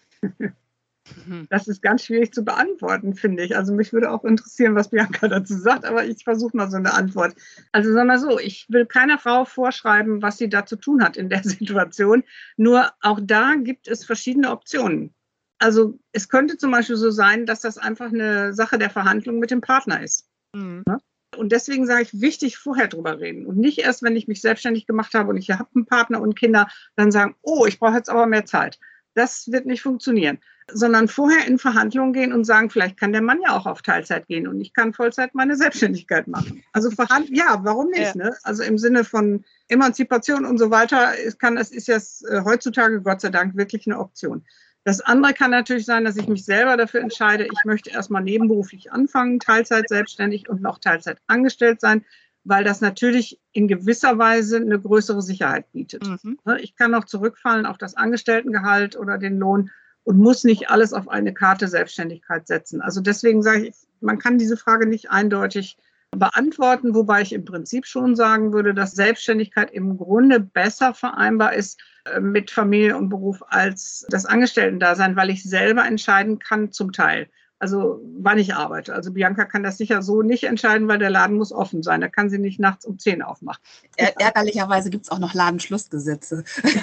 Das ist ganz schwierig zu beantworten, finde ich. Also mich würde auch interessieren, was Bianca dazu sagt, aber ich versuche mal so eine Antwort. Also sagen wir so, ich will keiner Frau vorschreiben, was sie da zu tun hat in der Situation. Nur auch da gibt es verschiedene Optionen. Also es könnte zum Beispiel so sein, dass das einfach eine Sache der Verhandlung mit dem Partner ist. Mhm. Und deswegen sage ich, wichtig, vorher drüber reden. Und nicht erst, wenn ich mich selbstständig gemacht habe und ich habe einen Partner und Kinder, dann sagen, oh, ich brauche jetzt aber mehr Zeit. Das wird nicht funktionieren. Sondern vorher in Verhandlungen gehen und sagen, vielleicht kann der Mann ja auch auf Teilzeit gehen und ich kann Vollzeit meine Selbstständigkeit machen. Also verhandeln, ja, warum nicht? Ja. Ne? Also im Sinne von Emanzipation und so weiter, es kann, es ist jetzt äh, heutzutage Gott sei Dank wirklich eine Option. Das andere kann natürlich sein, dass ich mich selber dafür entscheide, ich möchte erstmal nebenberuflich anfangen, Teilzeit selbstständig und noch Teilzeit angestellt sein, weil das natürlich in gewisser Weise eine größere Sicherheit bietet. Mhm. Ich kann auch zurückfallen auf das Angestelltengehalt oder den Lohn und muss nicht alles auf eine Karte Selbstständigkeit setzen. Also deswegen sage ich, man kann diese Frage nicht eindeutig beantworten, wobei ich im Prinzip schon sagen würde, dass Selbstständigkeit im Grunde besser vereinbar ist äh, mit Familie und Beruf als das Angestellten-Dasein, weil ich selber entscheiden kann, zum Teil. Also wann ich arbeite. Also Bianca kann das sicher so nicht entscheiden, weil der Laden muss offen sein. Da kann sie nicht nachts um zehn aufmachen. Ä- Ärgerlicherweise gibt es auch noch Ladenschlussgesetze.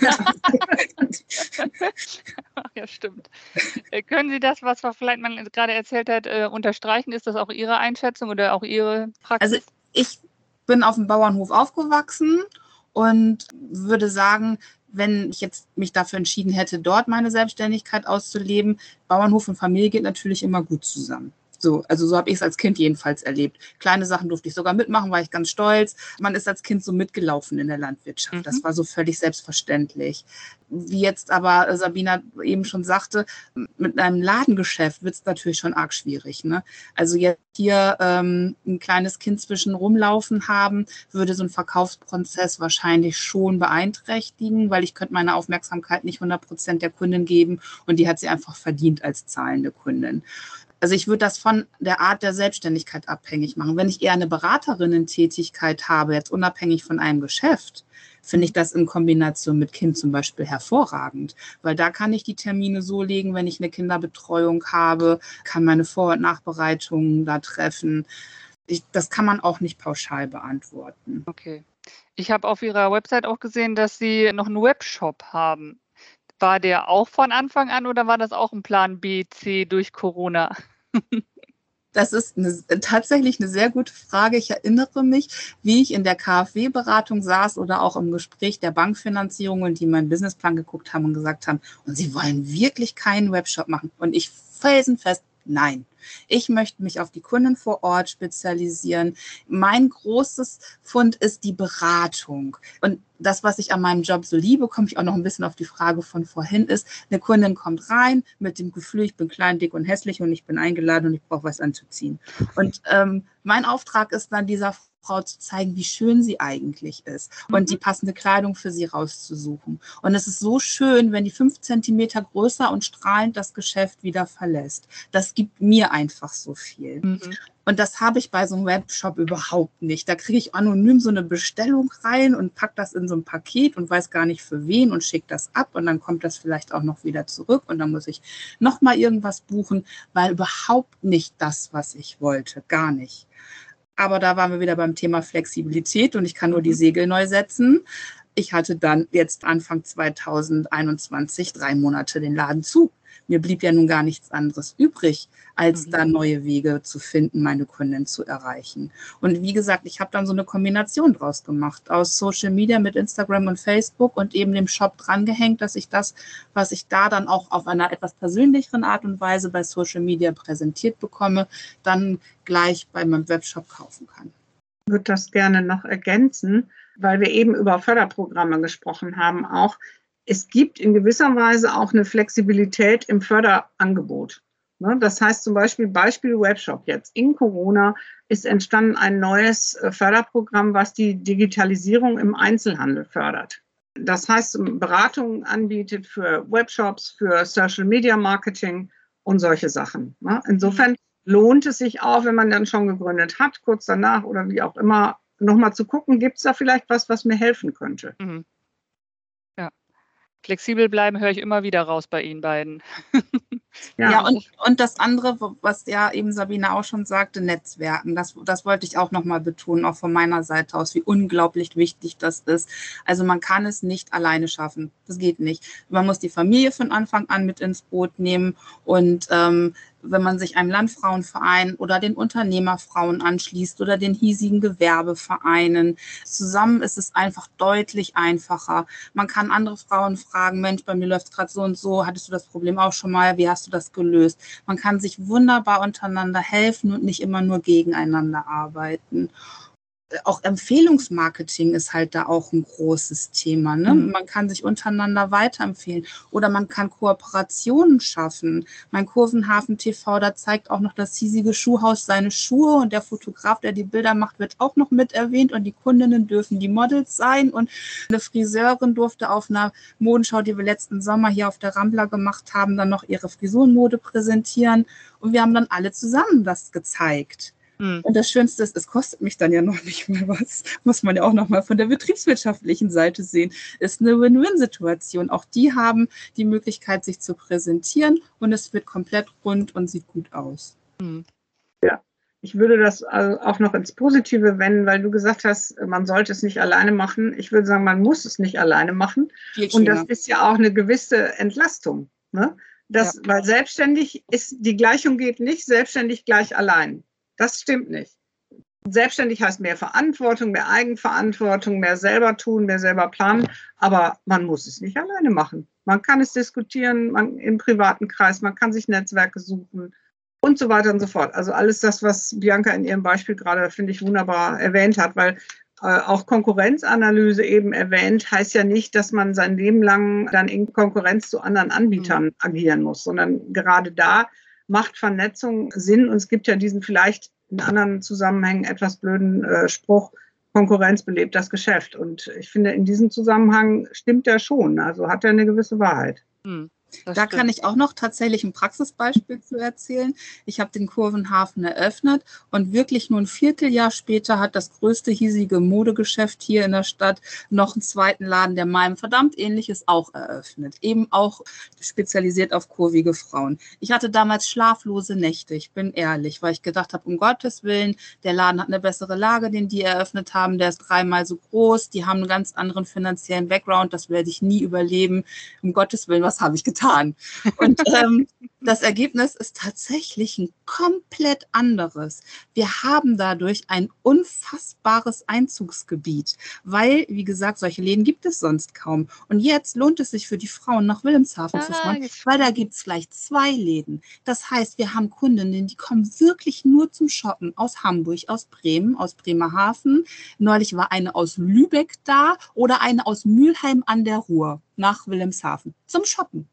Ja, stimmt. Äh, Können Sie das, was vielleicht man gerade erzählt hat, äh, unterstreichen? Ist das auch Ihre Einschätzung oder auch Ihre Praxis? Also ich bin auf dem Bauernhof aufgewachsen und würde sagen, wenn ich jetzt mich dafür entschieden hätte, dort meine Selbstständigkeit auszuleben, Bauernhof und Familie geht natürlich immer gut zusammen. So, also so habe ich es als Kind jedenfalls erlebt. Kleine Sachen durfte ich sogar mitmachen, war ich ganz stolz. Man ist als Kind so mitgelaufen in der Landwirtschaft. Mhm. Das war so völlig selbstverständlich. Wie jetzt aber Sabina eben schon sagte, mit einem Ladengeschäft wird es natürlich schon arg schwierig. Ne? Also jetzt hier ähm, ein kleines Kind zwischen rumlaufen haben, würde so ein Verkaufsprozess wahrscheinlich schon beeinträchtigen, weil ich könnte meine Aufmerksamkeit nicht hundert Prozent der Kundin geben und die hat sie einfach verdient als zahlende Kundin. Also ich würde das von der Art der Selbstständigkeit abhängig machen. Wenn ich eher eine Beraterinnen-Tätigkeit habe, jetzt unabhängig von einem Geschäft, finde ich das in Kombination mit Kind zum Beispiel hervorragend. Weil da kann ich die Termine so legen, wenn ich eine Kinderbetreuung habe, kann meine Vor- und Nachbereitungen da treffen. Ich, das kann man auch nicht pauschal beantworten. Okay. Ich habe auf Ihrer Website auch gesehen, dass Sie noch einen Webshop haben. War der auch von Anfang an oder war das auch ein Plan B, C durch Corona? Das ist eine, tatsächlich eine sehr gute Frage. Ich erinnere mich, wie ich in der KfW-Beratung saß oder auch im Gespräch der Bankfinanzierung und die meinen Businessplan geguckt haben und gesagt haben, und Sie wollen wirklich keinen Webshop machen? Und ich felsenfest, nein. Ich möchte mich auf die Kunden vor Ort spezialisieren. Mein großes Fund ist die Beratung. Und das, was ich an meinem Job so liebe, komme ich auch noch ein bisschen auf die Frage von vorhin, ist, eine Kundin kommt rein mit dem Gefühl, ich bin klein, dick und hässlich und ich bin eingeladen und ich brauche was anzuziehen. Und ähm, mein Auftrag ist dann, dieser Frau zu zeigen, wie schön sie eigentlich ist und Mhm. die passende Kleidung für sie rauszusuchen. Und es ist so schön, wenn die fünf Zentimeter größer und strahlend das Geschäft wieder verlässt. Das gibt mir einfach so viel. Mhm. Und das habe ich bei so einem Webshop überhaupt nicht. Da kriege ich anonym so eine Bestellung rein und packe das in so ein Paket und weiß gar nicht für wen und schicke das ab und dann kommt das vielleicht auch noch wieder zurück und dann muss ich nochmal irgendwas buchen, weil überhaupt nicht das, was ich wollte, gar nicht. Aber da waren wir wieder beim Thema Flexibilität und ich kann nur die Segel neu setzen. Ich hatte dann jetzt Anfang zweitausendeinundzwanzig drei Monate den Laden zu. Mir blieb ja nun gar nichts anderes übrig, als Mhm. da neue Wege zu finden, meine Kunden zu erreichen. Und wie gesagt, ich habe dann so eine Kombination draus gemacht, aus Social Media mit Instagram und Facebook und eben dem Shop drangehängt, dass ich das, was ich da dann auch auf einer etwas persönlicheren Art und Weise bei Social Media präsentiert bekomme, dann gleich bei meinem Webshop kaufen kann. Ich würde das gerne noch ergänzen, weil wir eben über Förderprogramme gesprochen haben auch. Es gibt in gewisser Weise auch eine Flexibilität im Förderangebot. Ne? Das heißt zum Beispiel, Beispiel Webshop jetzt. In Corona ist entstanden ein neues äh, Förderprogramm, was die Digitalisierung im Einzelhandel fördert. Das heißt, Beratungen anbietet für Webshops, für Social Media Marketing und solche Sachen. Ne? Insofern lohnt es sich auch, wenn man dann schon gegründet hat, kurz danach oder wie auch immer, nochmal zu gucken, gibt es da vielleicht was, was mir helfen könnte. Mhm. Ja. Flexibel bleiben höre ich immer wieder raus bei Ihnen beiden. Ja, Ja, und, und das andere, wo- was ja eben Sabine auch schon sagte, Netzwerken. Das, das wollte ich auch nochmal betonen, auch von meiner Seite aus, wie unglaublich wichtig das ist. Also man kann es nicht alleine schaffen. Das geht nicht. Man muss die Familie von Anfang an mit ins Boot nehmen. Und ähm, wenn man sich einem Landfrauenverein oder den Unternehmerfrauen anschließt oder den hiesigen Gewerbevereinen, zusammen ist es einfach deutlich einfacher. Man kann andere Frauen fragen, Mensch, bei mir läuft es gerade so und so, hattest du das Problem auch schon mal, wie hast du das gelöst? Man kann sich wunderbar untereinander helfen und nicht immer nur gegeneinander arbeiten. auch Empfehlungsmarketing ist halt da auch ein großes Thema. Ne? Mhm. Man kann sich untereinander weiterempfehlen oder man kann Kooperationen schaffen. Mein Kurvenhafen T V, da zeigt auch noch das hiesige Schuhhaus seine Schuhe und der Fotograf, der die Bilder macht, wird auch noch mit erwähnt und die Kundinnen dürfen die Models sein und eine Friseurin durfte auf einer Modenschau, die wir letzten Sommer hier auf der Rambla gemacht haben, dann noch ihre Frisurenmode präsentieren und wir haben dann alle zusammen das gezeigt. Mhm. Und das Schönste ist, es kostet mich dann ja noch nicht mal was, muss man ja auch noch mal von der betriebswirtschaftlichen Seite sehen, ist eine Win-Win-Situation. Auch die haben die Möglichkeit, sich zu präsentieren und es wird komplett rund und sieht gut aus. Mhm. Ja, ich würde das also auch noch ins Positive wenden, weil du gesagt hast, man sollte es nicht alleine machen. Ich würde sagen, man muss es nicht alleine machen. Und das ist ja auch eine gewisse Entlastung. Ne? Das, ja. Weil selbstständig ist, die Gleichung geht nicht, selbstständig gleich allein. Das stimmt nicht. Selbstständig heißt mehr Verantwortung, mehr Eigenverantwortung, mehr selber tun, mehr selber planen. Aber man muss es nicht alleine machen. Man kann es diskutieren man, im privaten Kreis, man kann sich Netzwerke suchen und so weiter und so fort. Also alles das, was Bianca in ihrem Beispiel gerade, finde ich, wunderbar erwähnt hat, weil äh, auch Konkurrenzanalyse eben erwähnt, heißt ja nicht, dass man sein Leben lang dann in Konkurrenz zu anderen Anbietern mhm. agieren muss, sondern gerade da macht Vernetzung Sinn und es gibt ja diesen vielleicht in anderen Zusammenhängen etwas blöden äh, Spruch, Konkurrenz belebt das Geschäft. Und ich finde, in diesem Zusammenhang stimmt der schon, also hat er eine gewisse Wahrheit. Hm. Das da stimmt. Kann ich auch noch tatsächlich ein Praxisbeispiel zu erzählen. Ich habe den Kurvenhafen eröffnet und wirklich nur ein Vierteljahr später hat das größte hiesige Modegeschäft hier in der Stadt noch einen zweiten Laden, der meinem verdammt ähnlich ist, auch eröffnet. Eben auch spezialisiert auf kurvige Frauen. Ich hatte damals schlaflose Nächte, ich bin ehrlich, weil ich gedacht habe, um Gottes Willen, der Laden hat eine bessere Lage, den die eröffnet haben, der ist dreimal so groß, die haben einen ganz anderen finanziellen Background, das werde ich nie überleben. Um Gottes Willen, was habe ich getan? Und ähm, das Ergebnis ist tatsächlich ein komplett anderes. Wir haben dadurch ein unfassbares Einzugsgebiet, weil, wie gesagt, solche Läden gibt es sonst kaum. Und jetzt lohnt es sich für die Frauen, nach Wilhelmshaven ah, zu fahren, weil da gibt es gleich zwei Läden. Das heißt, wir haben Kundinnen, die kommen wirklich nur zum Shoppen aus Hamburg, aus Bremen, aus Bremerhaven. Neulich war eine aus Lübeck da oder eine aus Mülheim an der Ruhr nach Wilhelmshaven zum Shoppen.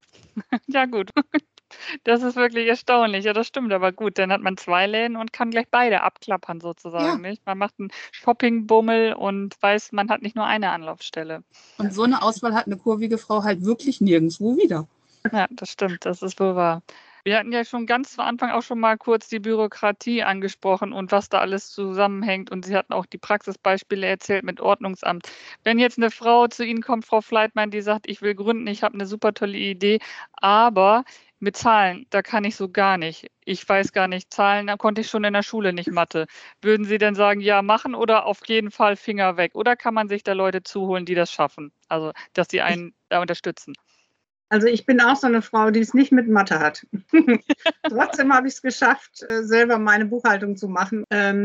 Ja, gut. Das ist wirklich erstaunlich. Ja, das stimmt, aber gut, dann hat man zwei Läden und kann gleich beide abklappern sozusagen, ja. Nicht? Man macht einen Shoppingbummel und weiß, man hat nicht nur eine Anlaufstelle. Und so eine Auswahl hat eine kurvige Frau halt wirklich nirgendwo wieder. Ja, das stimmt, das ist wohl wahr. Wir hatten ja schon ganz zu Anfang auch schon mal kurz die Bürokratie angesprochen und was da alles zusammenhängt. Und Sie hatten auch die Praxisbeispiele erzählt mit Ordnungsamt. Wenn jetzt eine Frau zu Ihnen kommt, Frau Fleitmann, die sagt, ich will gründen, ich habe eine super tolle Idee, aber mit Zahlen, da kann ich so gar nicht. Ich weiß gar nicht, Zahlen, da konnte ich schon in der Schule nicht Mathe. Würden Sie denn sagen, ja, machen oder auf jeden Fall Finger weg? Oder kann man sich da Leute zuholen, die das schaffen? Also, dass sie einen da unterstützen? Also ich bin auch so eine Frau, die es nicht mit Mathe hat. Trotzdem habe ich es geschafft, selber meine Buchhaltung zu machen.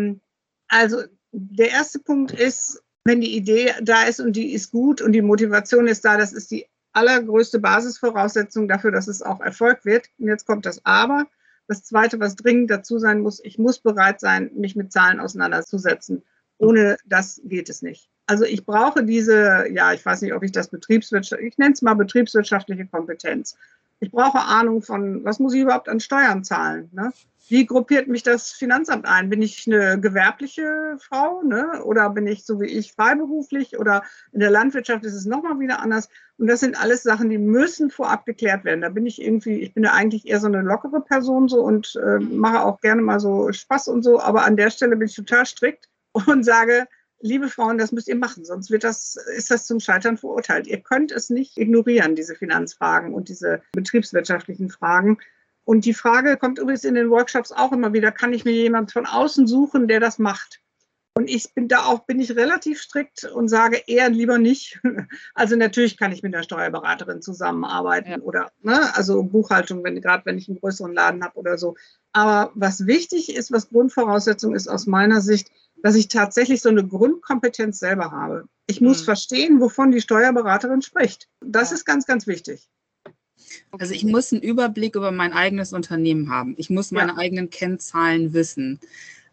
Also der erste Punkt ist, wenn die Idee da ist und die ist gut und die Motivation ist da, das ist die allergrößte Basisvoraussetzung dafür, dass es auch Erfolg wird. Und jetzt kommt das Aber. Das Zweite, was dringend dazu sein muss, ich muss bereit sein, mich mit Zahlen auseinanderzusetzen. Ohne das geht es nicht. Also ich brauche diese, ja, ich weiß nicht, ob ich das Betriebswirtschaft, ich nenne es mal betriebswirtschaftliche Kompetenz. Ich brauche Ahnung von, was muss ich überhaupt an Steuern zahlen? Ne? Wie gruppiert mich das Finanzamt ein? Bin ich eine gewerbliche Frau, ne? Oder bin ich so wie ich freiberuflich? Oder in der Landwirtschaft ist es nochmal wieder anders. Und das sind alles Sachen, die müssen vorab geklärt werden. Da bin ich irgendwie, ich bin ja eigentlich eher so eine lockere Person so und äh, mache auch gerne mal so Spaß und so. Aber an der Stelle bin ich total strikt und sage, liebe Frauen, das müsst ihr machen, sonst wird das, ist das zum Scheitern verurteilt. Ihr könnt es nicht ignorieren, diese Finanzfragen und diese betriebswirtschaftlichen Fragen. Und die Frage kommt übrigens in den Workshops auch immer wieder, kann ich mir jemand von außen suchen, der das macht? Und ich bin da auch, bin ich relativ strikt und sage eher lieber nicht. Also natürlich kann ich mit der Steuerberaterin zusammenarbeiten ja. oder, ne, also Buchhaltung, wenn, gerade wenn ich einen größeren Laden habe oder so. Aber was wichtig ist, was Grundvoraussetzung ist aus meiner Sicht, dass ich tatsächlich so eine Grundkompetenz selber habe. Ich muss mhm. verstehen, wovon die Steuerberaterin spricht. Das ja. ist ganz, ganz wichtig. Also ich muss einen Überblick über mein eigenes Unternehmen haben. Ich muss meine ja. eigenen Kennzahlen wissen.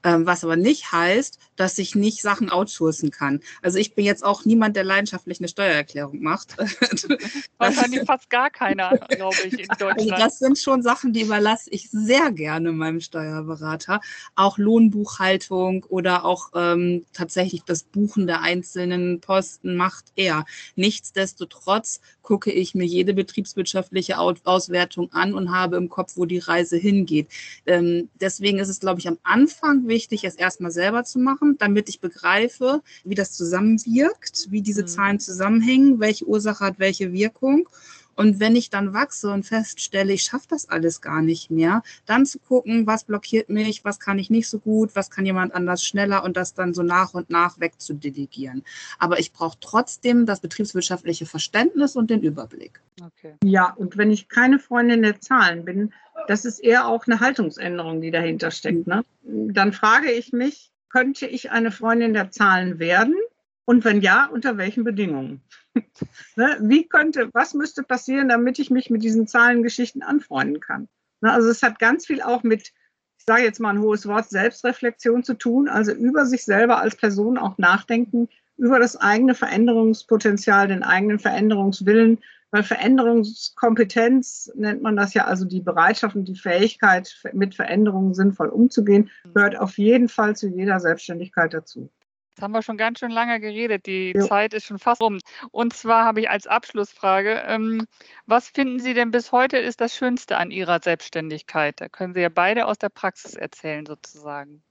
Ähm, was aber nicht heißt, dass ich nicht Sachen outsourcen kann. Also ich bin jetzt auch niemand, der leidenschaftlich eine Steuererklärung macht. Wahrscheinlich fast gar keiner, glaube ich, in Also Deutschland. das sind schon Sachen, die überlasse ich sehr gerne meinem Steuerberater. Auch Lohnbuchhaltung oder auch ähm, tatsächlich das Buchen der einzelnen Posten macht er. Nichtsdestotrotz gucke ich mir jede betriebswirtschaftliche Auswertung an und habe im Kopf, wo die Reise hingeht. Ähm, deswegen ist es, glaube ich, am Anfang wichtig, es erstmal selber zu machen, damit ich begreife, wie das zusammenwirkt, wie diese Mhm. Zahlen zusammenhängen, welche Ursache hat welche Wirkung. Und wenn ich dann wachse und feststelle, ich schaffe das alles gar nicht mehr, dann zu gucken, was blockiert mich, was kann ich nicht so gut, was kann jemand anders schneller und das dann so nach und nach wegzudelegieren. Aber ich brauche trotzdem das betriebswirtschaftliche Verständnis und den Überblick. Okay. Ja, und wenn ich keine Freundin der Zahlen bin, das ist eher auch eine Haltungsänderung, die dahinter steckt. Ne? Dann frage ich mich, könnte ich eine Freundin der Zahlen werden? Und wenn ja, unter welchen Bedingungen? Ne? Wie könnte, was müsste passieren, damit ich mich mit diesen Zahlengeschichten anfreunden kann? Ne? Also es hat ganz viel auch mit, ich sage jetzt mal ein hohes Wort, Selbstreflexion zu tun, also über sich selber als Person auch nachdenken, über das eigene Veränderungspotenzial, den eigenen Veränderungswillen, weil Veränderungskompetenz nennt man das ja, also die Bereitschaft und die Fähigkeit, mit Veränderungen sinnvoll umzugehen, gehört auf jeden Fall zu jeder Selbstständigkeit dazu. Jetzt haben wir schon ganz schön lange geredet. Die Jo. Zeit ist schon fast rum. Und zwar habe ich als Abschlussfrage, ähm, was finden Sie denn bis heute ist das Schönste an Ihrer Selbstständigkeit? Da können Sie ja beide aus der Praxis erzählen sozusagen.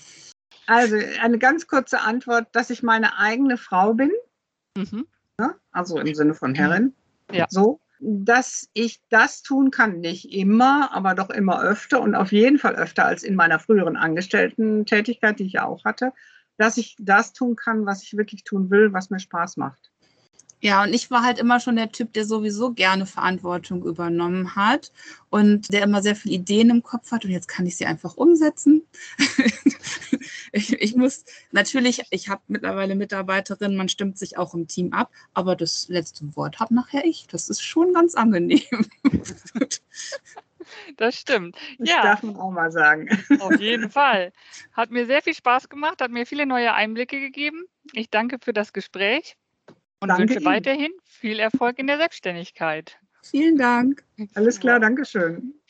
Also eine ganz kurze Antwort, dass ich meine eigene Frau bin, Mhm. ne? Also im Sinne von Herrin. Ja. So, dass ich das tun kann, nicht immer, aber doch immer öfter und auf jeden Fall öfter als in meiner früheren Angestellten-Tätigkeit, die ich ja auch hatte, dass ich das tun kann, was ich wirklich tun will, was mir Spaß macht. Ja, und ich war halt immer schon der Typ, der sowieso gerne Verantwortung übernommen hat und der immer sehr viele Ideen im Kopf hat und jetzt kann ich sie einfach umsetzen. ich, ich muss natürlich, ich habe mittlerweile Mitarbeiterinnen, man stimmt sich auch im Team ab, aber das letzte Wort habe nachher ich. Das ist schon ganz angenehm. Das stimmt. Das Ja, darf man auch mal sagen. auf jeden Fall. Hat mir sehr viel Spaß gemacht, hat mir viele neue Einblicke gegeben. Ich danke für das Gespräch und Danke wünsche Ihnen. weiterhin viel Erfolg in der Selbstständigkeit. Vielen Dank. Alles klar, danke schön.